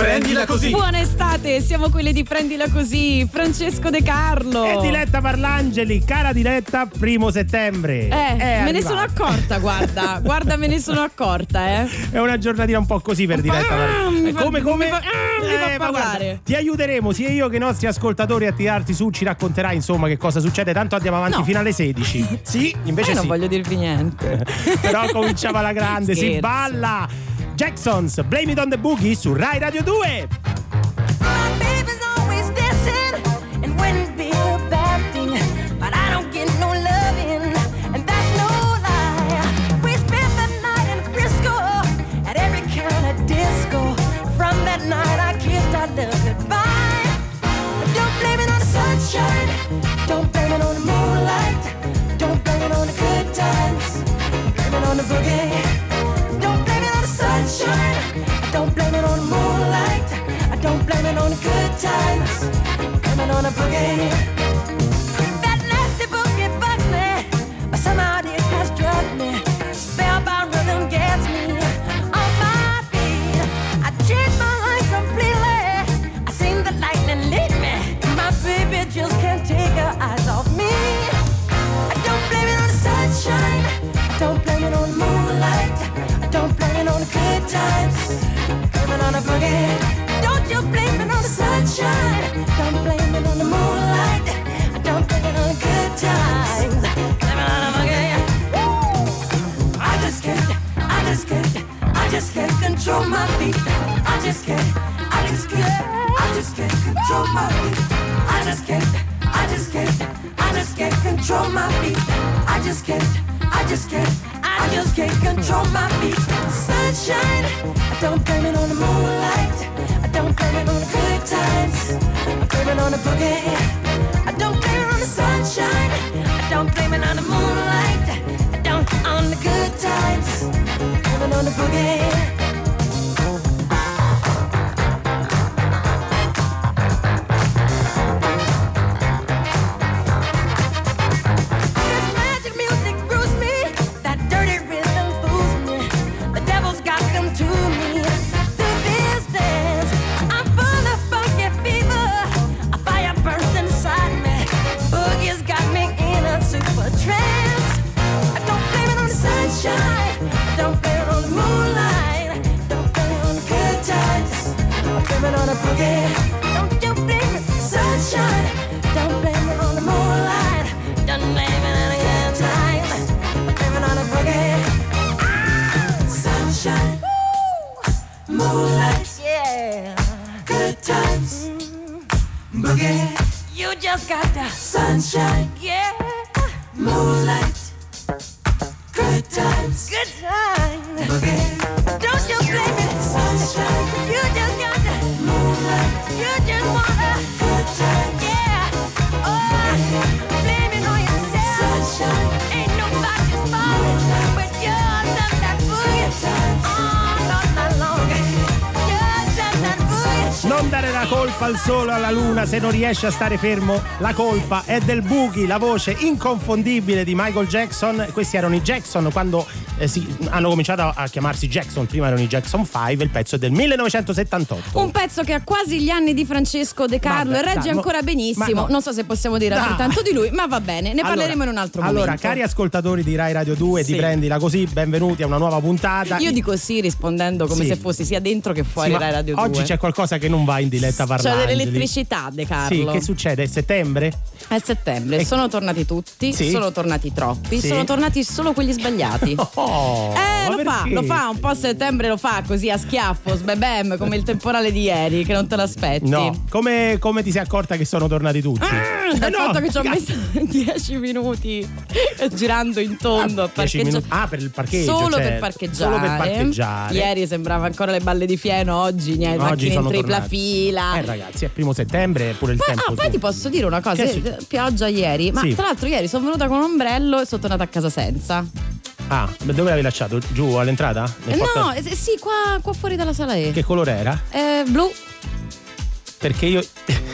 Prendila così. Buona estate, siamo quelle di Prendila così. Francesco De Carlo e Diletta Parlangeli. Cara Diletta, 1 settembre. Me ne sono accorta, guarda, me ne sono accorta, È una giornatina un po' così per Diletta Parlangeli. Mi fa parlare. Ti aiuteremo sia io che i nostri ascoltatori a tirarti su, ci racconterai insomma che cosa succede, tanto andiamo avanti fino alle 16. Sì, invece non voglio dirvi niente. Però cominciava la grande, si balla. Jacksons, Blame It on the Boogie su Rai Radio 2. Don't blame it on the moonlight. Don't blame it on the good times. Blame it on the boogie. Don't blame it on the sunshine. Don't blame it on the moonlight. I don't blame it on the good times. Blame it on the boogie. That nasty boogie bugs me, but somehow it has drugged me. Spellbound rhythm gets me on my feet. I changed my life completely. I seen the lightning lead me. My baby just can't take her eyes off me. I don't blame it on the sunshine. I don't blame it on the moonlight. I don't blame it on the good times. Blame it on the boogie. Don't you blame it on the sunshine. Don't blame it on the moonlight. I don't blame it on the good times. Blame it on the boogie. Woo! I just can't control my feet. I just can't control my feet. I just can't control my feet. I just can't control my feet. Sunshine, I don't blame it on the moonlight. I don't blame it on the good times. I blame it on the boogie. I don't blame it on the sunshine. I don't blame it on the moonlight. I don't on the good times. I blame it on the boogie. Don't you blame it, sunshine. Don't blame it on the moonlight. Don't blame it on the good times. Blame it on the boogie. Ah! Sunshine, woo! Moonlight, yeah. Good times, boogie. You just got the sunshine, yeah. Moonlight, good times, boogie. Don't you blame it, sunshine. You just got the moonlight. You just wanna good time, yeah. Oh, blame it on yourself. Sunshine, ain't nobody's fault but yours and that boogie. Oh, not long. Yours and that boogie. Non dare la colpa al sole o alla luna se non riesci a stare fermo. La colpa è del boogie, la voce inconfondibile di Michael Jackson. Questi erano i Jackson quando hanno cominciato a chiamarsi Jackson. Prima erano i Jackson 5. Il pezzo è del 1978. Un pezzo che ha quasi gli anni di Francesco De Carlo e regge ancora benissimo. Non so se possiamo dire altrettanto di lui, ma va bene, ne parleremo in un altro momento. Allora, cari ascoltatori di Rai Radio 2, di Prendila così, benvenuti a una nuova puntata. Io dico sì rispondendo come se fossi sia dentro che fuori Rai Radio 2. Oggi c'è qualcosa che non va in Diletta Parlangeli. C'è dell'elettricità, De Carlo. Sì, che succede? È settembre? È settembre, sono tornati tutti, sono tornati troppi, sono tornati solo quelli sbagliati. Lo fa un po' a settembre, lo fa così a schiaffo, sbebem, come il temporale di ieri, che non te l'aspetti. No, come ti sei accorta che sono tornati tutti? Dal fatto che ci ho messo 10 minuti girando in tondo a parcheggiare. Per il parcheggio. Solo per parcheggiare. Ieri sembrava ancora le balle di fieno, oggi niente, macchine in tripla fila. Ragazzi, è 1 settembre, è pure il tempo. Poi ti posso dire una cosa, pioggia ieri, ma tra l'altro ieri sono venuta con un ombrello e sono tornata a casa senza. Ah, dove l'avevi lasciato? Giù all'entrata? No, sì, qua fuori dalla sala E. Che colore era? Blu. Perché io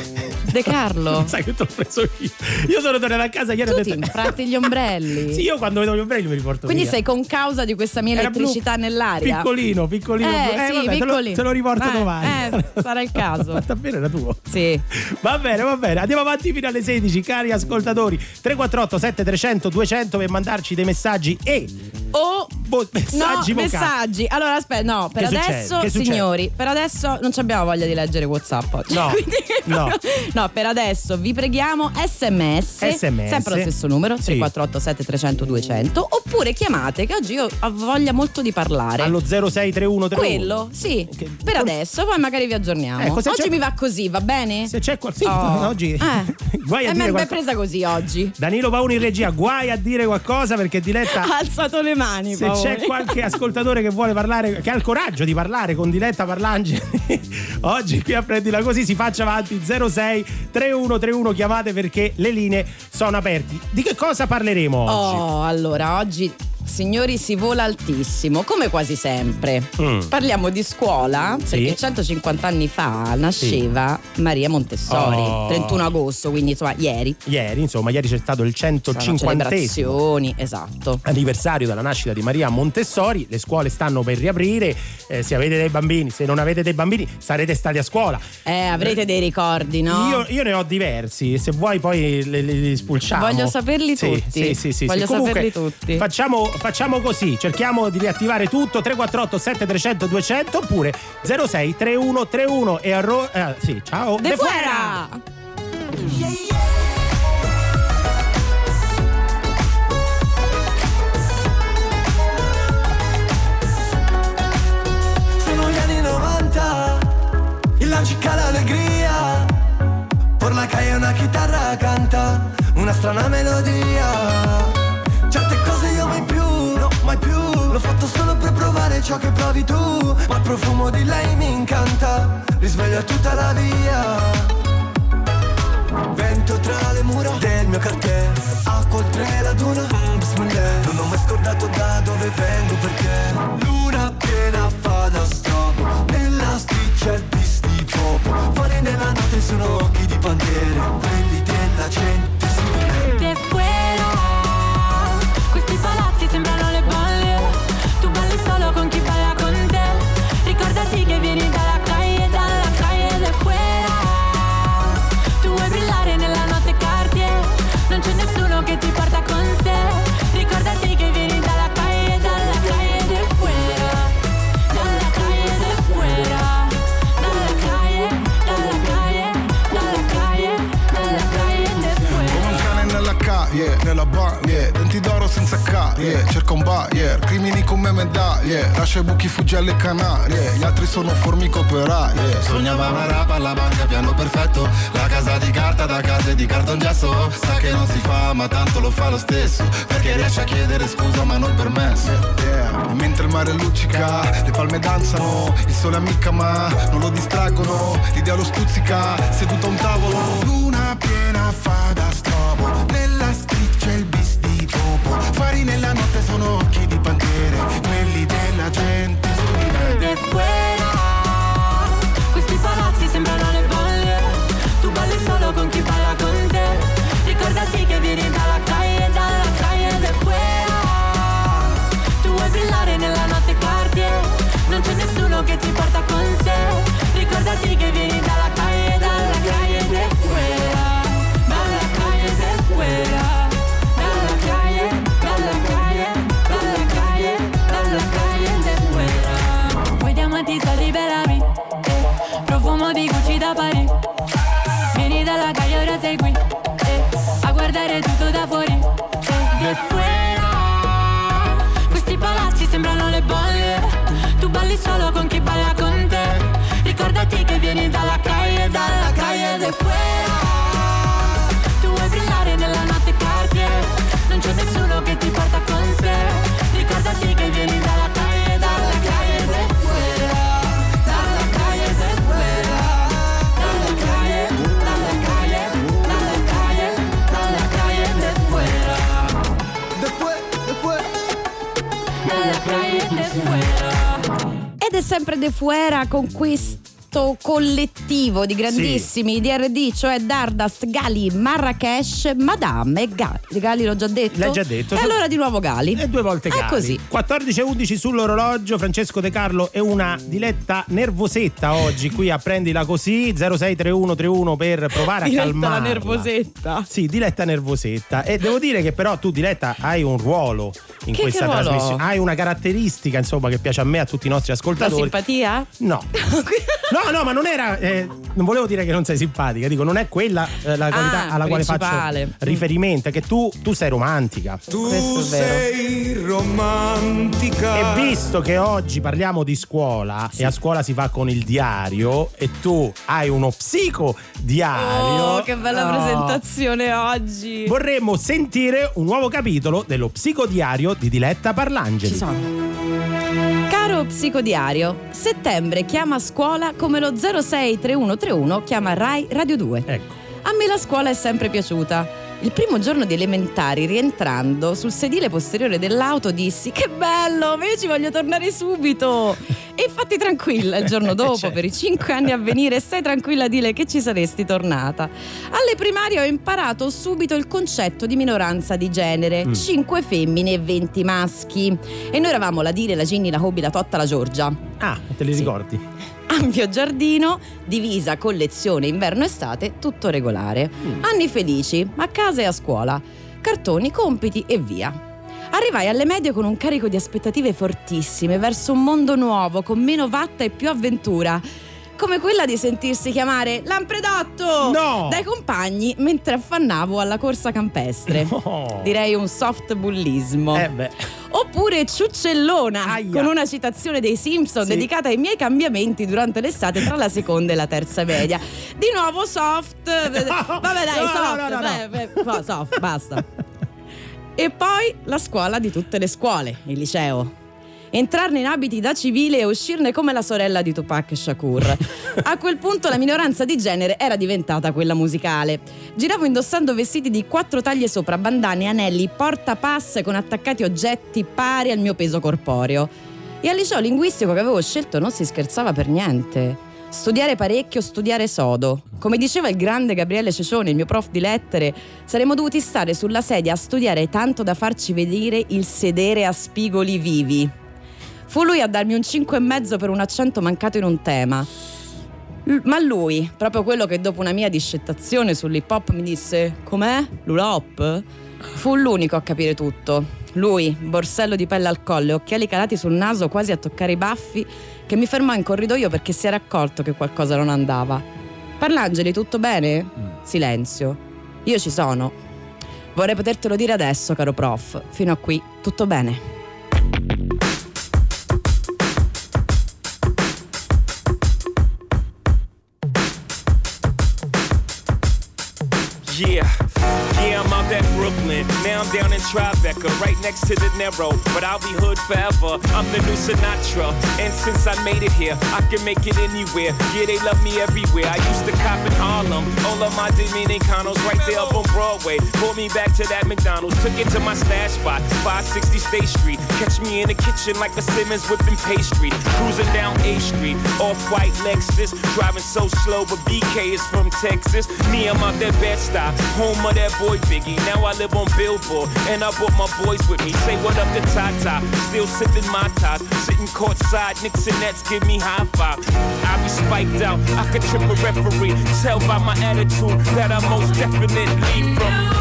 De Carlo. Sai che te l'ho preso io sono tornato a casa ieri. Tu ti infratti gli ombrelli. Sì, io quando vedo gli ombrelli mi riporto quindi via. Sei con causa di questa mia elettricità nell'aria. Piccolino. Sì, vabbè, piccolino. te lo riporto domani. Sarà il caso. Ma davvero era tuo? Sì. Va bene. Andiamo avanti fino alle 16, cari ascoltatori. 348 7300 200 per mandarci dei messaggi messaggi vocali. Messaggi. Allora aspetta, per adesso, signori, per adesso non abbiamo voglia di leggere WhatsApp oggi. No. No, per adesso vi preghiamo SMS. Sempre lo stesso numero, 348 7300 200, oppure chiamate, che oggi io ho voglia molto di parlare. Allo 063131. Quello, sì. Per adesso, poi magari vi aggiorniamo. Oggi mi va così, va bene? Se c'è qualcosa oggi guai a dire qualcosa. Presa così oggi. Danilo Pauni in regia, guai a dire qualcosa, perché Diletta ha alzato le mani. Se c'è qualche ascoltatore che vuole parlare, che ha il coraggio di parlare con Diletta Parlangeli oggi qui a Prendila Così, si faccia avanti. 06 3131, chiamate perché le linee sono aperte. Di che cosa parleremo oggi? Allora oggi, signori, si vola altissimo, come quasi sempre. Parliamo di scuola, perché 150 anni fa nasceva Maria Montessori, 31 agosto, quindi insomma ieri c'è stato il 150esimo anniversario della nascita di Maria Montessori. Le scuole stanno per riaprire, se avete dei bambini, se non avete dei bambini sarete stati a scuola, avrete dei ricordi, no? Io ne ho diversi, se vuoi poi li spulciamo. Voglio saperli tutti. Sì. Voglio saperli tutti. Facciamo così, cerchiamo di riattivare tutto. 348 7300 200 oppure 06 3131 e ciao De fuera. Sono gli anni 90, il lancica l'allegria, por la calle una chitarra canta una strana melodia. Certe cose io mai più, l'ho fatto solo per provare ciò che provi tu, ma il profumo di lei mi incanta, risveglia tutta la via. Vento tra le mura del mio quartiere, acqua oltre la duna, bismillah. Non ho mai scordato da dove vengo, perché luna piena fa da stop, nella striscia il vestito, fuori nella notte sono occhi di bandiere, quelli della gente De fuera, questi palazzi sembrano le bolle, tu balli solo con chi balla con te, ricordati che vieni dalla calle de fuera, tu vuoi brillare nella notte Cartier, non c'è nessuno che ti porta con sé, ricordati che vieni dalla calle de fuera, dalla calle de fuera, dalla calle de fuera. Come un cane nella calle, nella banlieue, denti d'oro senza carie, cerca un buyer, crimini come medaglie, lascia i buchi, fuggi alle Canarie, gli altri sono formiche operaie. Sognava una rapa alla banca, piano perfetto, la casa di carta da case di cartongesso, sa che non si fa ma tanto lo fa lo stesso, perché riesce a chiedere scusa ma non permesso. E mentre il mare luccica, le palme danzano, il sole ammicca ma non lo distraggono, l'idea lo stuzzica, seduto a un tavolo, luna piena fa da strobo, nella striscia il bis di topo, fari nella notte sono occhi di bandiere, quelli della gente De fuera, questi palazzi sembrano le bolle, tu balli solo con chi balla con te, ricordati che vieni dalla calle de fuera, tu vuoi brillare nella notte Cartier, non c'è nessuno che ti porta con sé, ricordati che vieni dalla calle de fuera, dalla calle de fuera, dalla calle de fuera. Vuoi diamanti, soldi per la vita, profumo di Gucci da Parigi, vieni dalla calle, ora sei qui, a guardare tutto da fuori, de fuera, questi palazzi sembrano le bolle, tu balli solo con chi balla con te, ricordati che vieni dalla calle de fuera, tu vuoi brillare nella notte Cartier, non c'è nessuno che ti porta con sé, ricordati che vieni dalla calle de fuera, dalla calle de fuera, dalla calle de fuera, Ed è sempre De Fuera con questo questo collettivo di grandissimi DRD, cioè Dardust, Gali, Marrakesh, Madame e Gali l'ho già detto? L'hai già detto. E allora di nuovo Gali. E 2 volte Gali. È così. 14:11 sull'orologio. Francesco De Carlo e una diletta nervosetta oggi qui a Prendila Così. 063131 per provare a calmarla. La nervosetta. Sì, diletta nervosetta. E devo dire che però tu, Diletta, hai un ruolo in questa trasmissione. Hai una caratteristica, insomma, che piace a me e a tutti i nostri ascoltatori. La simpatia? No. No, ma non era. Non volevo dire che non sei simpatica, dico, non è quella la qualità alla quale faccio riferimento, che tu sei romantica. Tu sei romantica. E visto che oggi parliamo di scuola, e a scuola si va con il diario, e tu hai uno psicodiario. Oh, che bella presentazione oggi. Vorremmo sentire un nuovo capitolo dello psicodiario di Diletta Parlangeli. Ci sono. Caro psicodiario, settembre chiama scuola come lo 063131 chiama Rai Radio 2. Ecco. A me la scuola è sempre piaciuta. Il primo giorno di elementari, rientrando sul sedile posteriore dell'auto, dissi: che bello, ma io ci voglio tornare subito. E infatti tranquilla, il giorno dopo, per i 5 anni a venire, stai tranquilla a dire che ci saresti tornata. Alle primarie ho imparato subito il concetto di minoranza di genere: 5 femmine e 20 maschi. E noi eravamo la Dire, la Ginny, la Hobby, la Totta, la Giorgia. Ah, te li ricordi? Ampio giardino, divisa con lezione inverno-estate, tutto regolare. Anni felici, a casa e a scuola. Cartoni, compiti e via. Arrivai alle medie con un carico di aspettative fortissime verso un mondo nuovo, con meno vatta e più avventura. Come quella di sentirsi chiamare Lampredotto dai compagni mentre affannavo alla corsa campestre. Direi un soft bullismo. Oppure Ciuccellona, con una citazione dei Simpson dedicata ai miei cambiamenti durante l'estate tra la seconda e la terza media. Di nuovo soft. Vabbè dai, soft, basta. E poi la scuola di tutte le scuole, il liceo. Entrarne in abiti da civile e uscirne come la sorella di Tupac Shakur. A quel punto la minoranza di genere era diventata quella musicale. Giravo indossando vestiti di 4 taglie sopra, bandane, anelli, portapass con attaccati oggetti pari al mio peso corporeo. E al liceo linguistico che avevo scelto non si scherzava per niente. Studiare parecchio, studiare sodo. Come diceva il grande Gabriele Cecione, il mio prof di lettere, saremmo dovuti stare sulla sedia a studiare tanto da farci vedere il sedere a spigoli vivi. Fu lui a darmi un 5,5 per un accento mancato in un tema. Ma lui, proprio quello che dopo una mia discettazione sull'hip hop mi disse: com'è? L'ulop? Fu l'unico a capire tutto. Lui, borsello di pelle al collo, occhiali calati sul naso quasi a toccare i baffi, che mi fermò in corridoio perché si era accorto che qualcosa non andava. Parlangeli, tutto bene? Silenzio. Io ci sono. Vorrei potertelo dire adesso, caro prof. Fino a qui, tutto bene. Yeah, I'm out at Brooklyn. Now I'm down in Tribeca, right next to the Narrow. But I'll be hood forever. I'm the new Sinatra. And since I made it here, I can make it anywhere. Yeah, they love me everywhere. I used to cop in Harlem. All of my Dominicanos right there up on Broadway. Pulled me back to that McDonald's. Took it to my stash spot, 560 State Street. Catch me in the kitchen like a Simmons whipping pastry. Cruising down A Street, off-white Lexus. Driving so slow, but BK is from Texas. Me, I'm out that Bed-Stuy, home of that boy Biggie. Now I live on Billboard, and I brought my boys with me. Say what up to Tata, still sipping my ties. Sitting courtside, Knicks and Nets give me high five. I be spiked out, I could trip a referee. Tell by my attitude that I most definitely from.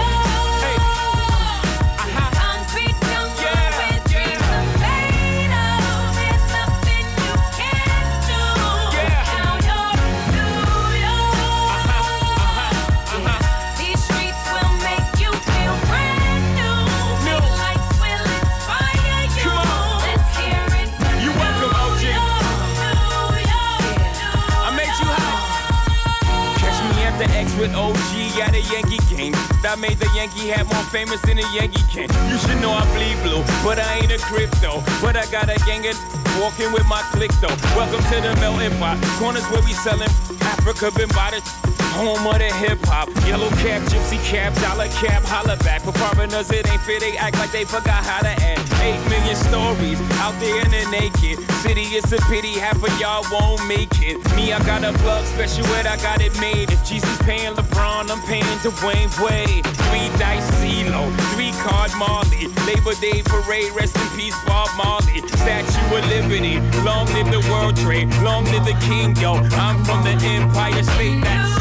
With OG at a Yankee game that made the Yankee hat more famous than a Yankee can. You should know I bleed blue, but I ain't a crypto. But I got a gang of walking with my clique though. Welcome to the melting pot, corners where we sellin' Africa been by the home of the hip-hop. Yellow cap, gypsy cap, dollar cap, holla back. For foreigners it ain't fair, they act like they forgot how to act. 8 million stories out there in the naked. city, it's a pity half of y'all won't make it. Me, I got a plug special ed, I got it made. If Jesus paying LeBron, I'm paying Dwayne Wade. 3 dice CeeLo, 3 card Marley. Labor Day parade, rest in peace Bob Marley. Statue of Liberty, long live the World Trade, long live the King, yo. I'm from the Empire State, that's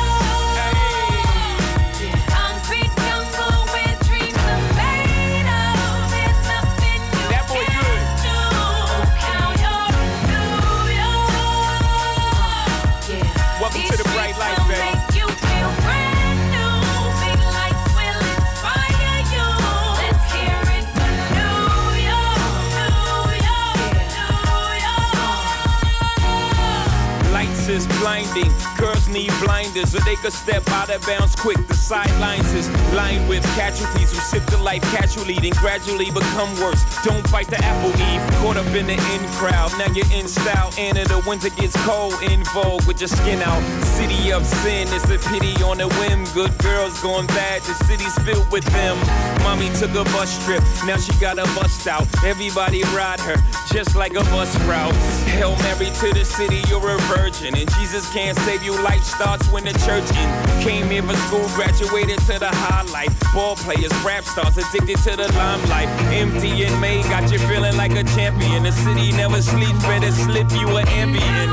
is blinding. Girls need blinders so they could step out of bounds quick. The sidelines is lined with casualties who sip the life casually, then gradually become worse. Don't bite the apple, Eve. Caught up in the in crowd, now you're in style. And in the winter gets cold, in vogue with your skin out. City of sin, it's a pity on a whim. Good girls going bad, the city's filled with them. Mommy took a bus trip, now she got a bust out. Everybody ride her, just like a bus route. Hail Mary to the city, you're a virgin. And Jesus can't save you, life starts when the church in. Came here for school, graduated to the highlight. Ball players, rap stars, addicted to the limelight. Empty in May, got you feeling like a champion. The city never sleeps, better slip you an ambient.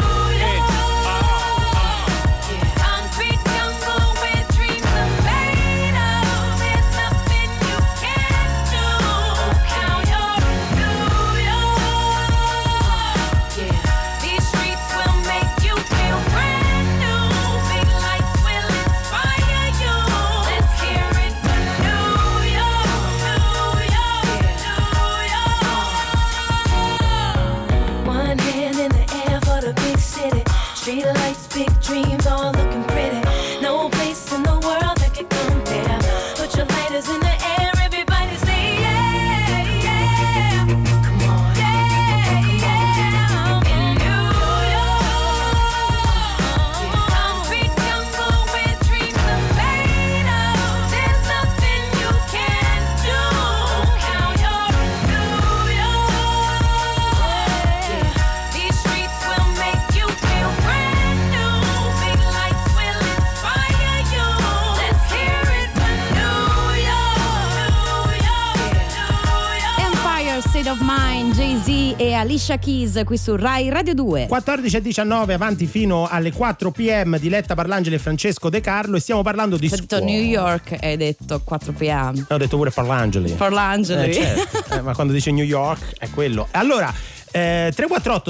E Alicia Keys qui su Rai Radio 2. 14:19, avanti fino alle 4 p.m. Diletta Parlangeli e Francesco De Carlo, e stiamo parlando di scuola. Ho detto New York e hai detto 4 p.m. Ho detto pure Parlangeli. Parlangeli. Certo. Ma quando dice New York è quello. Allora 348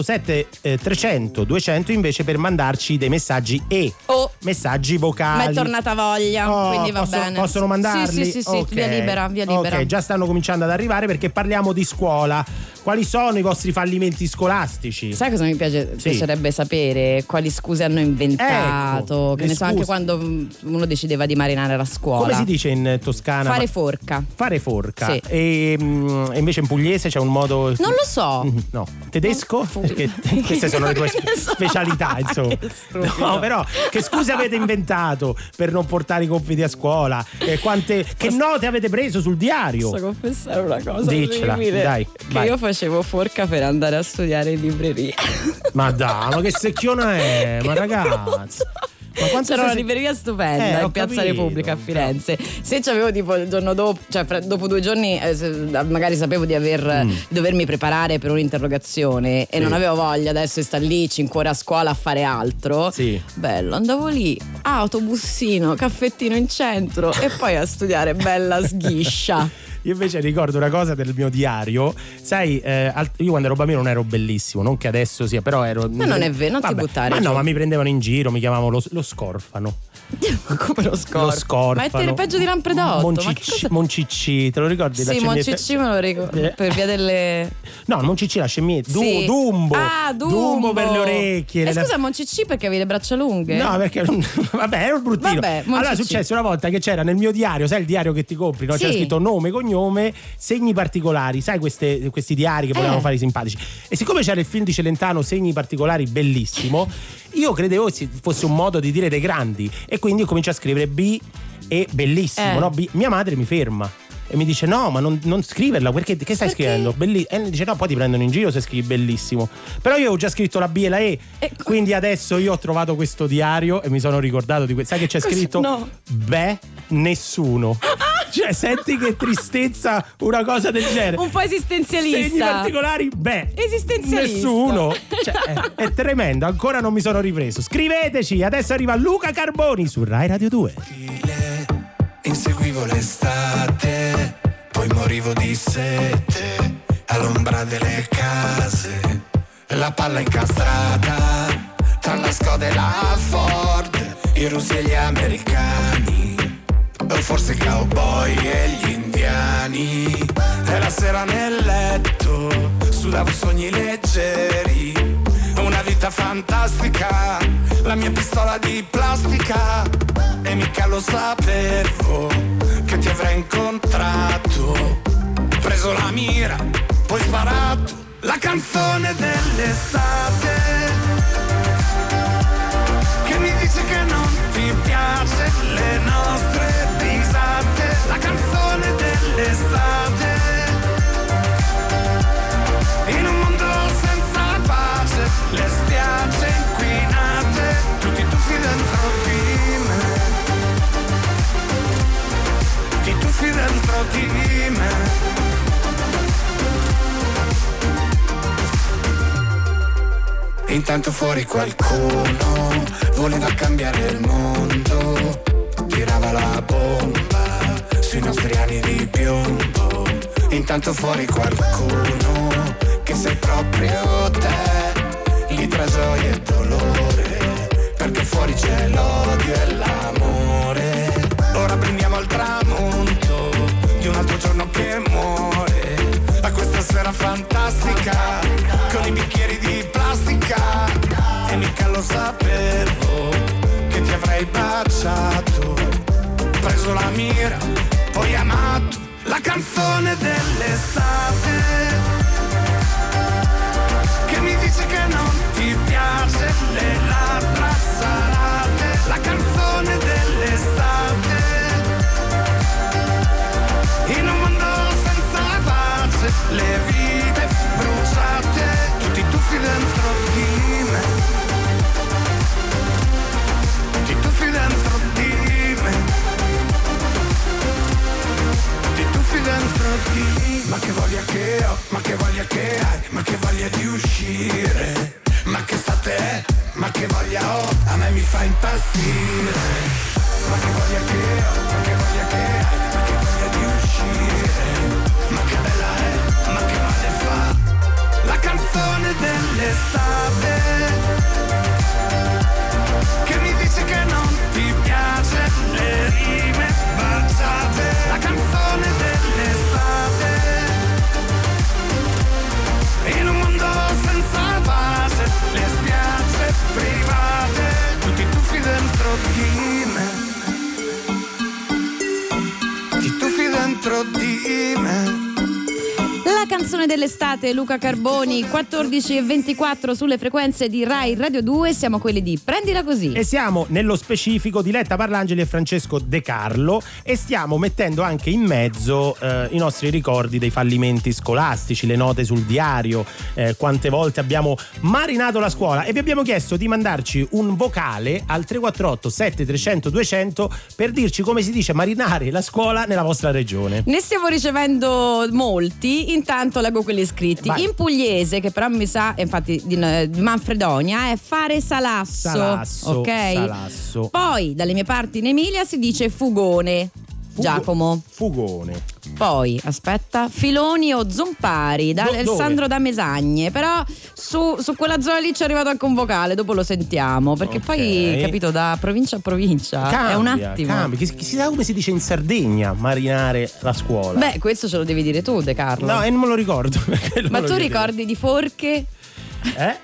300 200 invece per mandarci dei messaggi messaggi vocali. Ma è tornata voglia, quindi va bene. Possono mandarli? Sì, okay. via libera. Ok, già stanno cominciando ad arrivare perché parliamo di scuola. Quali sono i vostri fallimenti scolastici? Sai cosa mi piacerebbe sapere? Quali scuse hanno inventato? Ecco, che ne so, anche quando uno decideva di marinare la scuola. Come si dice in Toscana? Fare forca. Fare forca. Sì. E invece in pugliese c'è un modo. Non lo so. No. Tedesco? Perché queste sono le tue specialità, insomma. No, però che scuse avete inventato per non portare i compiti a scuola? Che note avete preso sul diario? Posso confessare una cosa? Diccela, dai. Che io facevo forca per andare a studiare in libreria. Ma dai, ma che secchiona è? Ma ragazzi. Ma c'era una libreria stupenda in Piazza Repubblica a Firenze. Se c'avevo tipo il giorno dopo, cioè dopo 2 giorni magari sapevo di dovermi preparare per un'interrogazione e non avevo voglia adesso di stare lì 5 ore a scuola a fare altro. Sì. Bello, andavo lì, autobussino, caffettino in centro e poi a studiare bella sghiscia. Io invece ricordo una cosa del mio diario. Sai, io quando ero bambino non ero bellissimo, non che adesso sia, però ero. Ma non è vero, non ti buttare. Ma no, ma mi prendevano in giro, mi chiamavano lo Scorfano. Come lo Scorfano? Ma è peggio di Lampredotto. Moncicci, te lo ricordi? Sì, Moncicci me lo ricordo. Per via delle. No, Moncicci la scemmietta. Sì. Dumbo. Ah, Dumbo per le orecchie. Scusa, Moncicci perché avevi le braccia lunghe? No, perché vabbè, ero bruttino. Vabbè, allora è successo una volta che c'era nel mio diario, sai il diario che ti compri, no? Sì. C'era scritto nome, cognome, segni particolari, sai questi diari che volevano fare i simpatici. E siccome c'era il film di Celentano, segni particolari, bellissimo, io credevo fosse un modo di dire dei grandi e quindi io comincio a scrivere B e bellissimo, no? B. Mia madre mi ferma e mi dice no, ma non scriverla, perché che stai scrivendo? E mi dice no, poi ti prendono in giro se scrivi bellissimo. Però io ho già scritto la B e la E, quindi adesso io ho trovato questo diario e mi sono ricordato di questo. Sai che c'è scritto? No. Beh, nessuno. Cioè, senti che tristezza una cosa del genere. Un po' esistenzialista. Segni particolari, esistenzialista. Nessuno. Cioè, è tremendo, ancora non mi sono ripreso. Scriveteci, adesso arriva Luca Carboni su Rai Radio 2. Inseguivo l'estate, poi morivo di sete all'ombra delle case. La palla incastrata tra la Skoda e la Ford, i russi e gli americani, o forse i cowboy e gli indiani. E la sera nel letto sudavo sogni leggeri, una vita fantastica, la mia pistola di plastica. E mica lo sapevo che ti avrei incontrato, preso la mira, poi sparato. La canzone dell'estate che mi dice che non ti piace le nostre risate. La canzone dell'estate in un mondo senza pace, le spiagge inquinate, tutti tuffi dentro di me, ti tuffi dentro di me. Intanto fuori qualcuno voleva cambiare il mondo, tirava la bomba sui nostri anni di piombo. Intanto fuori qualcuno che sei proprio te, lì tra gioia e dolore, perché fuori c'è l'odio e l'amore. Ora brindiamo al tramonto di un altro giorno che muore, a questa sera fantastica con i bicchieri di plastica. E mica lo sapevo che ti avrei baciato, preso la mira, poi amato. La canzone dell'estate che mi dice che non ti piace le labbra salate. La canzone dell'estate in un mondo senza pace, le vite bruciate, tutti tuffi dentro di me, ti tuffi dentro di me, ti tuffi dentro di me. Ma che voglia che ho, ma che voglia che hai, ma che voglia di uscire, ma che state è, ma che voglia ho, a me mi fa impazzire. Ma che voglia che ho, ma che voglia che hai, ma che voglia di uscire, ma che bella è, ma che male fa. La canzone dell'estate che mi dice che non ti piace le rime baciate. La canzone dell'estate in un mondo senza pace, le spiagge private, tutti tuffi dentro di me, ti tuffi dentro di me. La canzone dell'estate, Luca Carboni, 14:24 sulle frequenze di Rai Radio 2. Siamo quelli di Prendila Così. E siamo nello specifico Diletta Parlangeli e Francesco De Carlo, e stiamo mettendo anche in mezzo i nostri ricordi dei fallimenti scolastici, le note sul diario, quante volte abbiamo marinato la scuola, e vi abbiamo chiesto di mandarci un vocale al 348 7300 200 per dirci come si dice marinare la scuola nella vostra regione. Ne stiamo ricevendo molti. Intanto leggo quelli scritti. Vai. In pugliese, che però mi sa, infatti di Manfredonia, è fare salasso. Salasso, ok? salasso. Poi dalle mie parti in Emilia si dice fugone. Giacomo. Fugone. Poi, aspetta, filoni o zompari da Alessandro da Mesagne. Però su quella zona lì ci è arrivato anche un vocale, dopo lo sentiamo, perché poi, capito, da provincia a provincia cambia, è un attimo. Cambia. Chi sa come si dice in Sardegna marinare la scuola? Beh, questo ce lo devi dire tu, De Carlo. No, e non me lo ricordo. Ma tu ricordi di forche?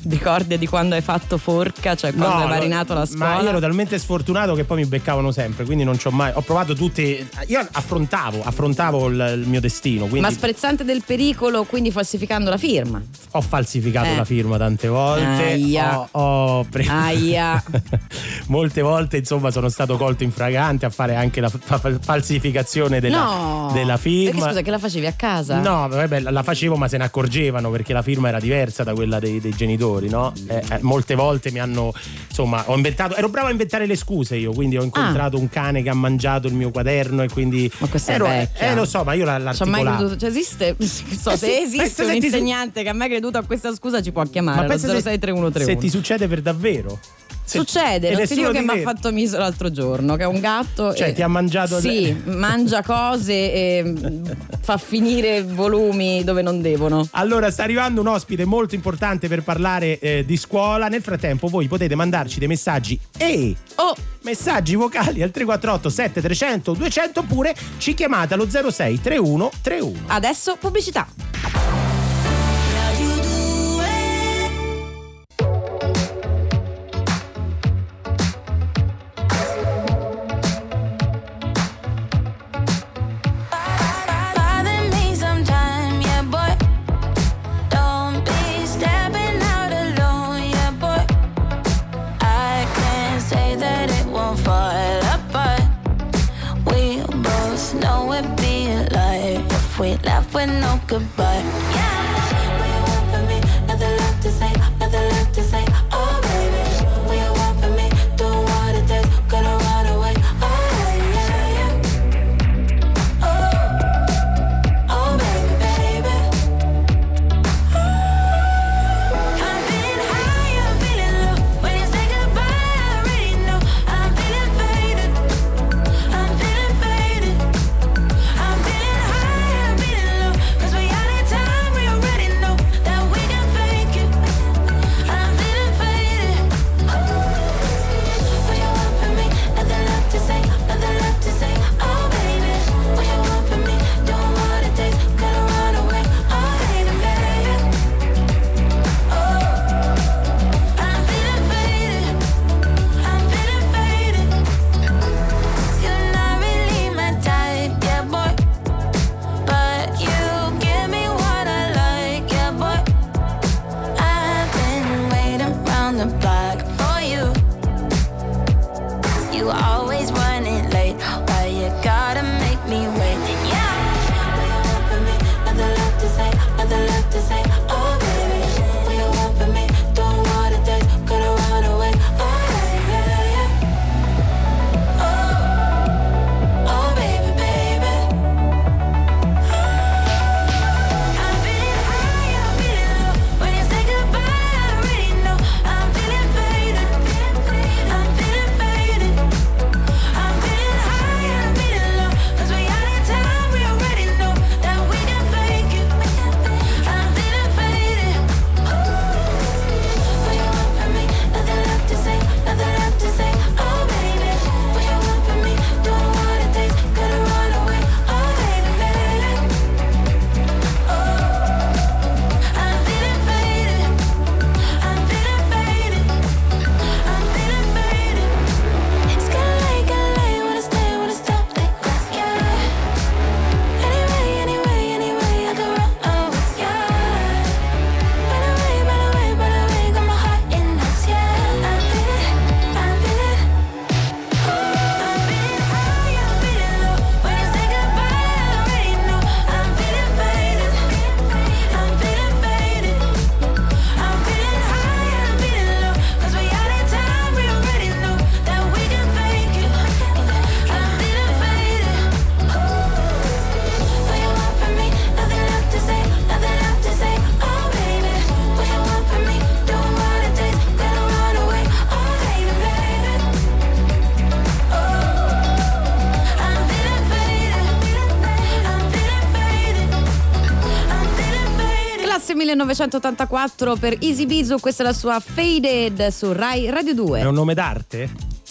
Ricordi di quando hai fatto forca, cioè quando hai marinato la scuola? Ma io ero talmente sfortunato che poi mi beccavano sempre, quindi non c'ho mai. Ho provato tutti. Io affrontavo il mio destino. Quindi ma sprezzante del pericolo, quindi falsificando la firma. Ho falsificato la firma tante volte. Aia. Aia. Molte volte, insomma, sono stato colto in fragante a fare anche la falsificazione della firma. Perché scusa, che la facevi a casa? No, vabbè, la facevo, ma se ne accorgevano perché la firma era diversa da quella dei genitori, no? Molte volte mi hanno, insomma, ero bravo a inventare le scuse io, quindi ho incontrato un cane che ha mangiato il mio quaderno e quindi. Ma questa è vecchia. Lo so, ma io l'articolato. Cioè esiste, se esiste un insegnante che ha mai creduto a questa scusa ci può chiamare allo 063131. Se ti succede per davvero. Succede, non ti dico che mi ha fatto miso l'altro giorno, che è un gatto. Cioè ti ha mangiato. Sì, mangia cose e fa finire volumi dove non devono. Allora sta arrivando un ospite molto importante per parlare di scuola. Nel frattempo voi potete mandarci dei messaggi messaggi vocali al 348 7300 200 oppure ci chiamate allo 06 31 31. Adesso pubblicità. We laugh with no goodbye. Yeah, what you want from me? Nothing left to say, nothing left to say. Oh baby, what you want from me? Do what it takes, gonna run away. Oh yeah, yeah. Oh baby, baby. I'm feeling high, I'm feeling low. When you say goodbye, I already know. I'm feeling faded, I'm feeling faded. I'm feeling high, cause we out of time, we already know that we can fake it. I'm feeling faded. What you want from me? Nothing left to say, nothing left to say. Oh baby, what you want from me? Doing what it takes, gonna run away. Oh baby, baby. I'm feeling faded. I'm feeling faded. You're not really my type, yeah boy. But you give me what I like, yeah boy. I've been waiting round the block for you. You always running late, why you gotta make me wait? Yeah, what you want from me? Nothing left to say, nothing left to say. Oh baby, what you want from me? Doing what it takes, gonna run away. Oh yeah, yeah. Oh baby, baby. I'm feeling high, I'm feeling low. When you say goodbye, I already know. I'm feeling faded, I'm feeling faded. I'm feeling high, I'm feeling low. Cause we out of time, we already know that we can fake it. I'm feeling faded. What you want from me? Nothing left to say, nothing left to say. Oh baby, what you want from me? Doing what it takes, gonna run away. Oh baby, baby. I'm feeling faded. I'm feeling faded. I'm feeling faded. It's kinda late, wanna stop like that, yeah. Anyway, I can run, oh, yeah. By the way, got my heart in this, yeah. I'm feeling high, I'm feeling low. When you say goodbye, I already know. I'm feeling faded. I'm feeling faded. I'm feeling high, I'm feeling low. Cause we out of time, we already know that we can fake it. I'm feeling faded. What you want from me? Nothing left to say, nothing left to say. Oh baby, what you want from me? Doing what it takes, gonna run away. Oh baby, baby. I'm feeling faded. I'm feeling faded. I'm feeling faded. Classe 1984 per Easy Bizu, questa è la sua Faded su Rai Radio 2. È un nome d'arte?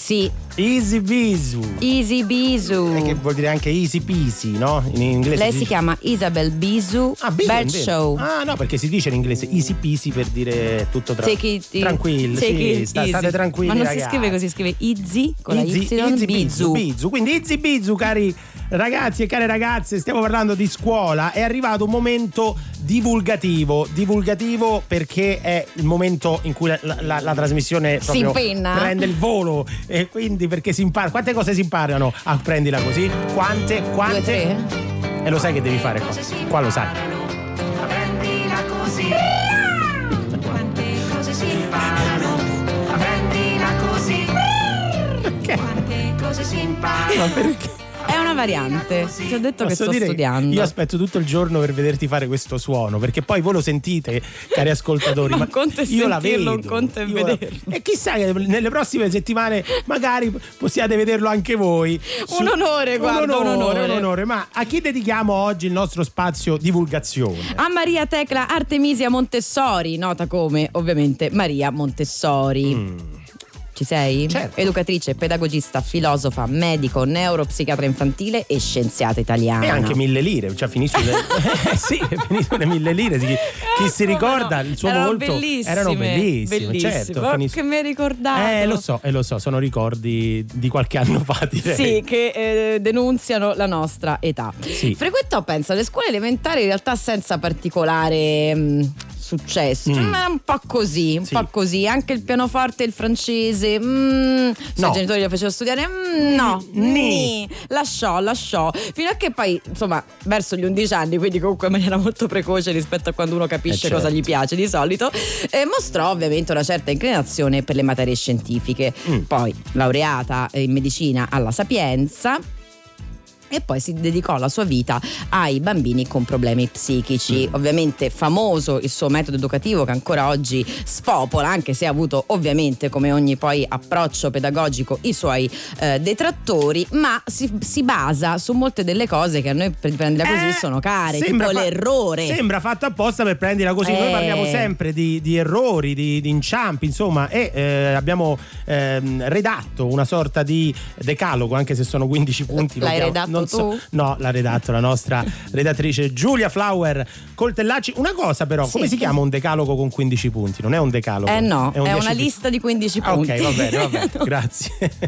Sì. Easy Bisu. Easy Bisu. Che vuol dire anche easy peasy, no? In inglese. Lei si chiama Isabel Bisu. Bad Show. Ah, no, perché si dice in inglese easy peasy per dire tutto tranquillo. Sì, state tranquilli. Ma non ragazzi. si scrive così, scrive Easy con Easy, la Y, Bisu. Quindi Easy Bisu, cari ragazzi e care ragazze, stiamo parlando di scuola. È arrivato un momento divulgativo perché è il momento in cui la trasmissione proprio prende il volo, e quindi perché si impara. Quante cose si imparano a prendila così? Quante? 2, 3? E lo sai che devi fare qua lo sai. Prendila così. Quante cose si imparano. Prendila così. Quante cose si imparano. Ma perché? È una variante. Ti ho detto che sto studiando. Io aspetto tutto il giorno per vederti fare questo suono, perché poi voi lo sentite, cari ascoltatori. Ma conto è io la vedo. un conto è vederlo. E chissà che nelle prossime settimane magari possiate vederlo anche voi. Un onore, guarda, un onore. Ma a chi dedichiamo oggi il nostro spazio divulgazione? A Maria Tecla Artemisia Montessori, nota come ovviamente Maria Montessori. Ci sei? Certo. Educatrice, pedagogista, filosofa, medico, neuropsichiatra infantile e scienziata italiana. E anche 1000 lire, cioè finisce sì, finisce le 1000 lire. Chi si ricorda il suo volto erano bellissime. Certo, che mi hai ricordato. Lo so, sono ricordi di qualche anno fa, direi. Sì, che denunziano la nostra età. Sì. Frequentò, penso, le scuole elementari in realtà senza particolare successo, ma un po' così, anche il pianoforte e il francese, se i genitori lo facevano studiare, lasciò, fino a che poi, insomma, verso gli 11 anni, quindi comunque in maniera molto precoce rispetto a quando uno capisce cosa gli piace di solito, mostrò ovviamente una certa inclinazione per le materie scientifiche. Poi laureata in medicina alla Sapienza, e poi si dedicò la sua vita ai bambini con problemi psichici. Ovviamente famoso il suo metodo educativo, che ancora oggi spopola, anche se ha avuto ovviamente, come ogni poi approccio pedagogico, i suoi detrattori, ma si basa su molte delle cose che a noi, per prenderla così, sono care, tipo l'errore. Sembra fatto apposta per prenderla così. Noi parliamo sempre di errori, di inciampi, insomma, e abbiamo redatto una sorta di decalogo, anche se sono 15 punti. L'hai redatto tu? No, l'ha redatto la nostra redattrice Giulia Flower Coltellacci. Una cosa però, come si chiama un decalogo con 15 punti? Non è un decalogo. No, è una lista di 15 punti. Ok, va bene, grazie.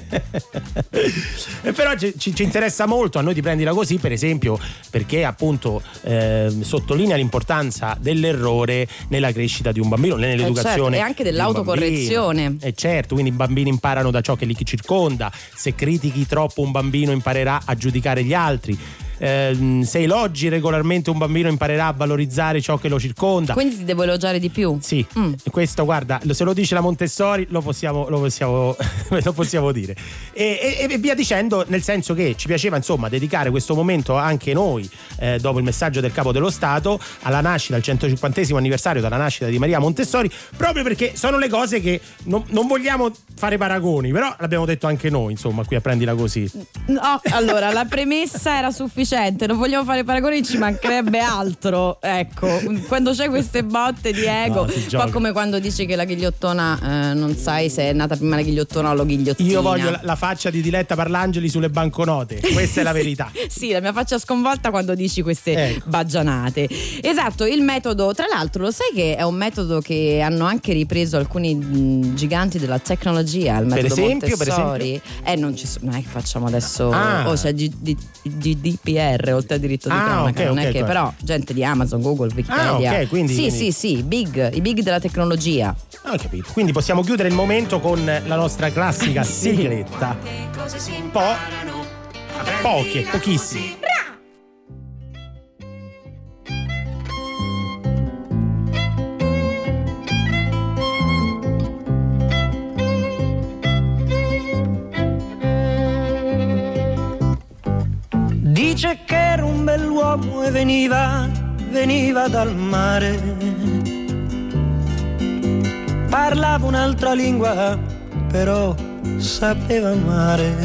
E però ci interessa molto a noi di prendila così, per esempio, perché appunto sottolinea l'importanza dell'errore nella crescita di un bambino, nell'educazione. Certo, e anche dell'autocorrezione. E certo, quindi i bambini imparano da ciò che li circonda. Se critichi troppo un bambino imparerà a giudicare gli altri. Se elogi regolarmente un bambino imparerà a valorizzare ciò che lo circonda. Quindi ti devo elogiare di più? Sì. Questo, guarda, se lo dice la Montessori lo possiamo dire, e via dicendo, nel senso che ci piaceva insomma dedicare questo momento anche noi, dopo il messaggio del Capo dello Stato, alla nascita, al 150° anniversario dalla nascita di Maria Montessori, proprio perché sono le cose che non vogliamo fare paragoni, però l'abbiamo detto anche noi, insomma, qui a Prendila Così. No, allora la premessa era sufficiente, non vogliamo fare paragoni, ci mancherebbe altro. Ecco, quando c'è queste botte di ego, un po' come quando dici che la ghigliottona non sai se è nata prima la ghigliottona o la ghigliottina. Io voglio la faccia di Diletta Parlangeli sulle banconote, questa è la verità. Sì, la mia faccia sconvolta quando dici queste baggianate. Esatto, il metodo, tra l'altro, lo sai che è un metodo che hanno anche ripreso alcuni giganti della tecnologia, il metodo Montessori. Non è che facciamo adesso c'è GDPR, oltre al diritto di cronaca, non è che però gente di Amazon, Google, Wikipedia. Quindi sì, i big della tecnologia. Ho capito. Quindi possiamo chiudere il momento con la nostra classica sigletta. Pochissimi. Dice che era un bell'uomo e veniva dal mare. Parlava un'altra lingua, però sapeva amare.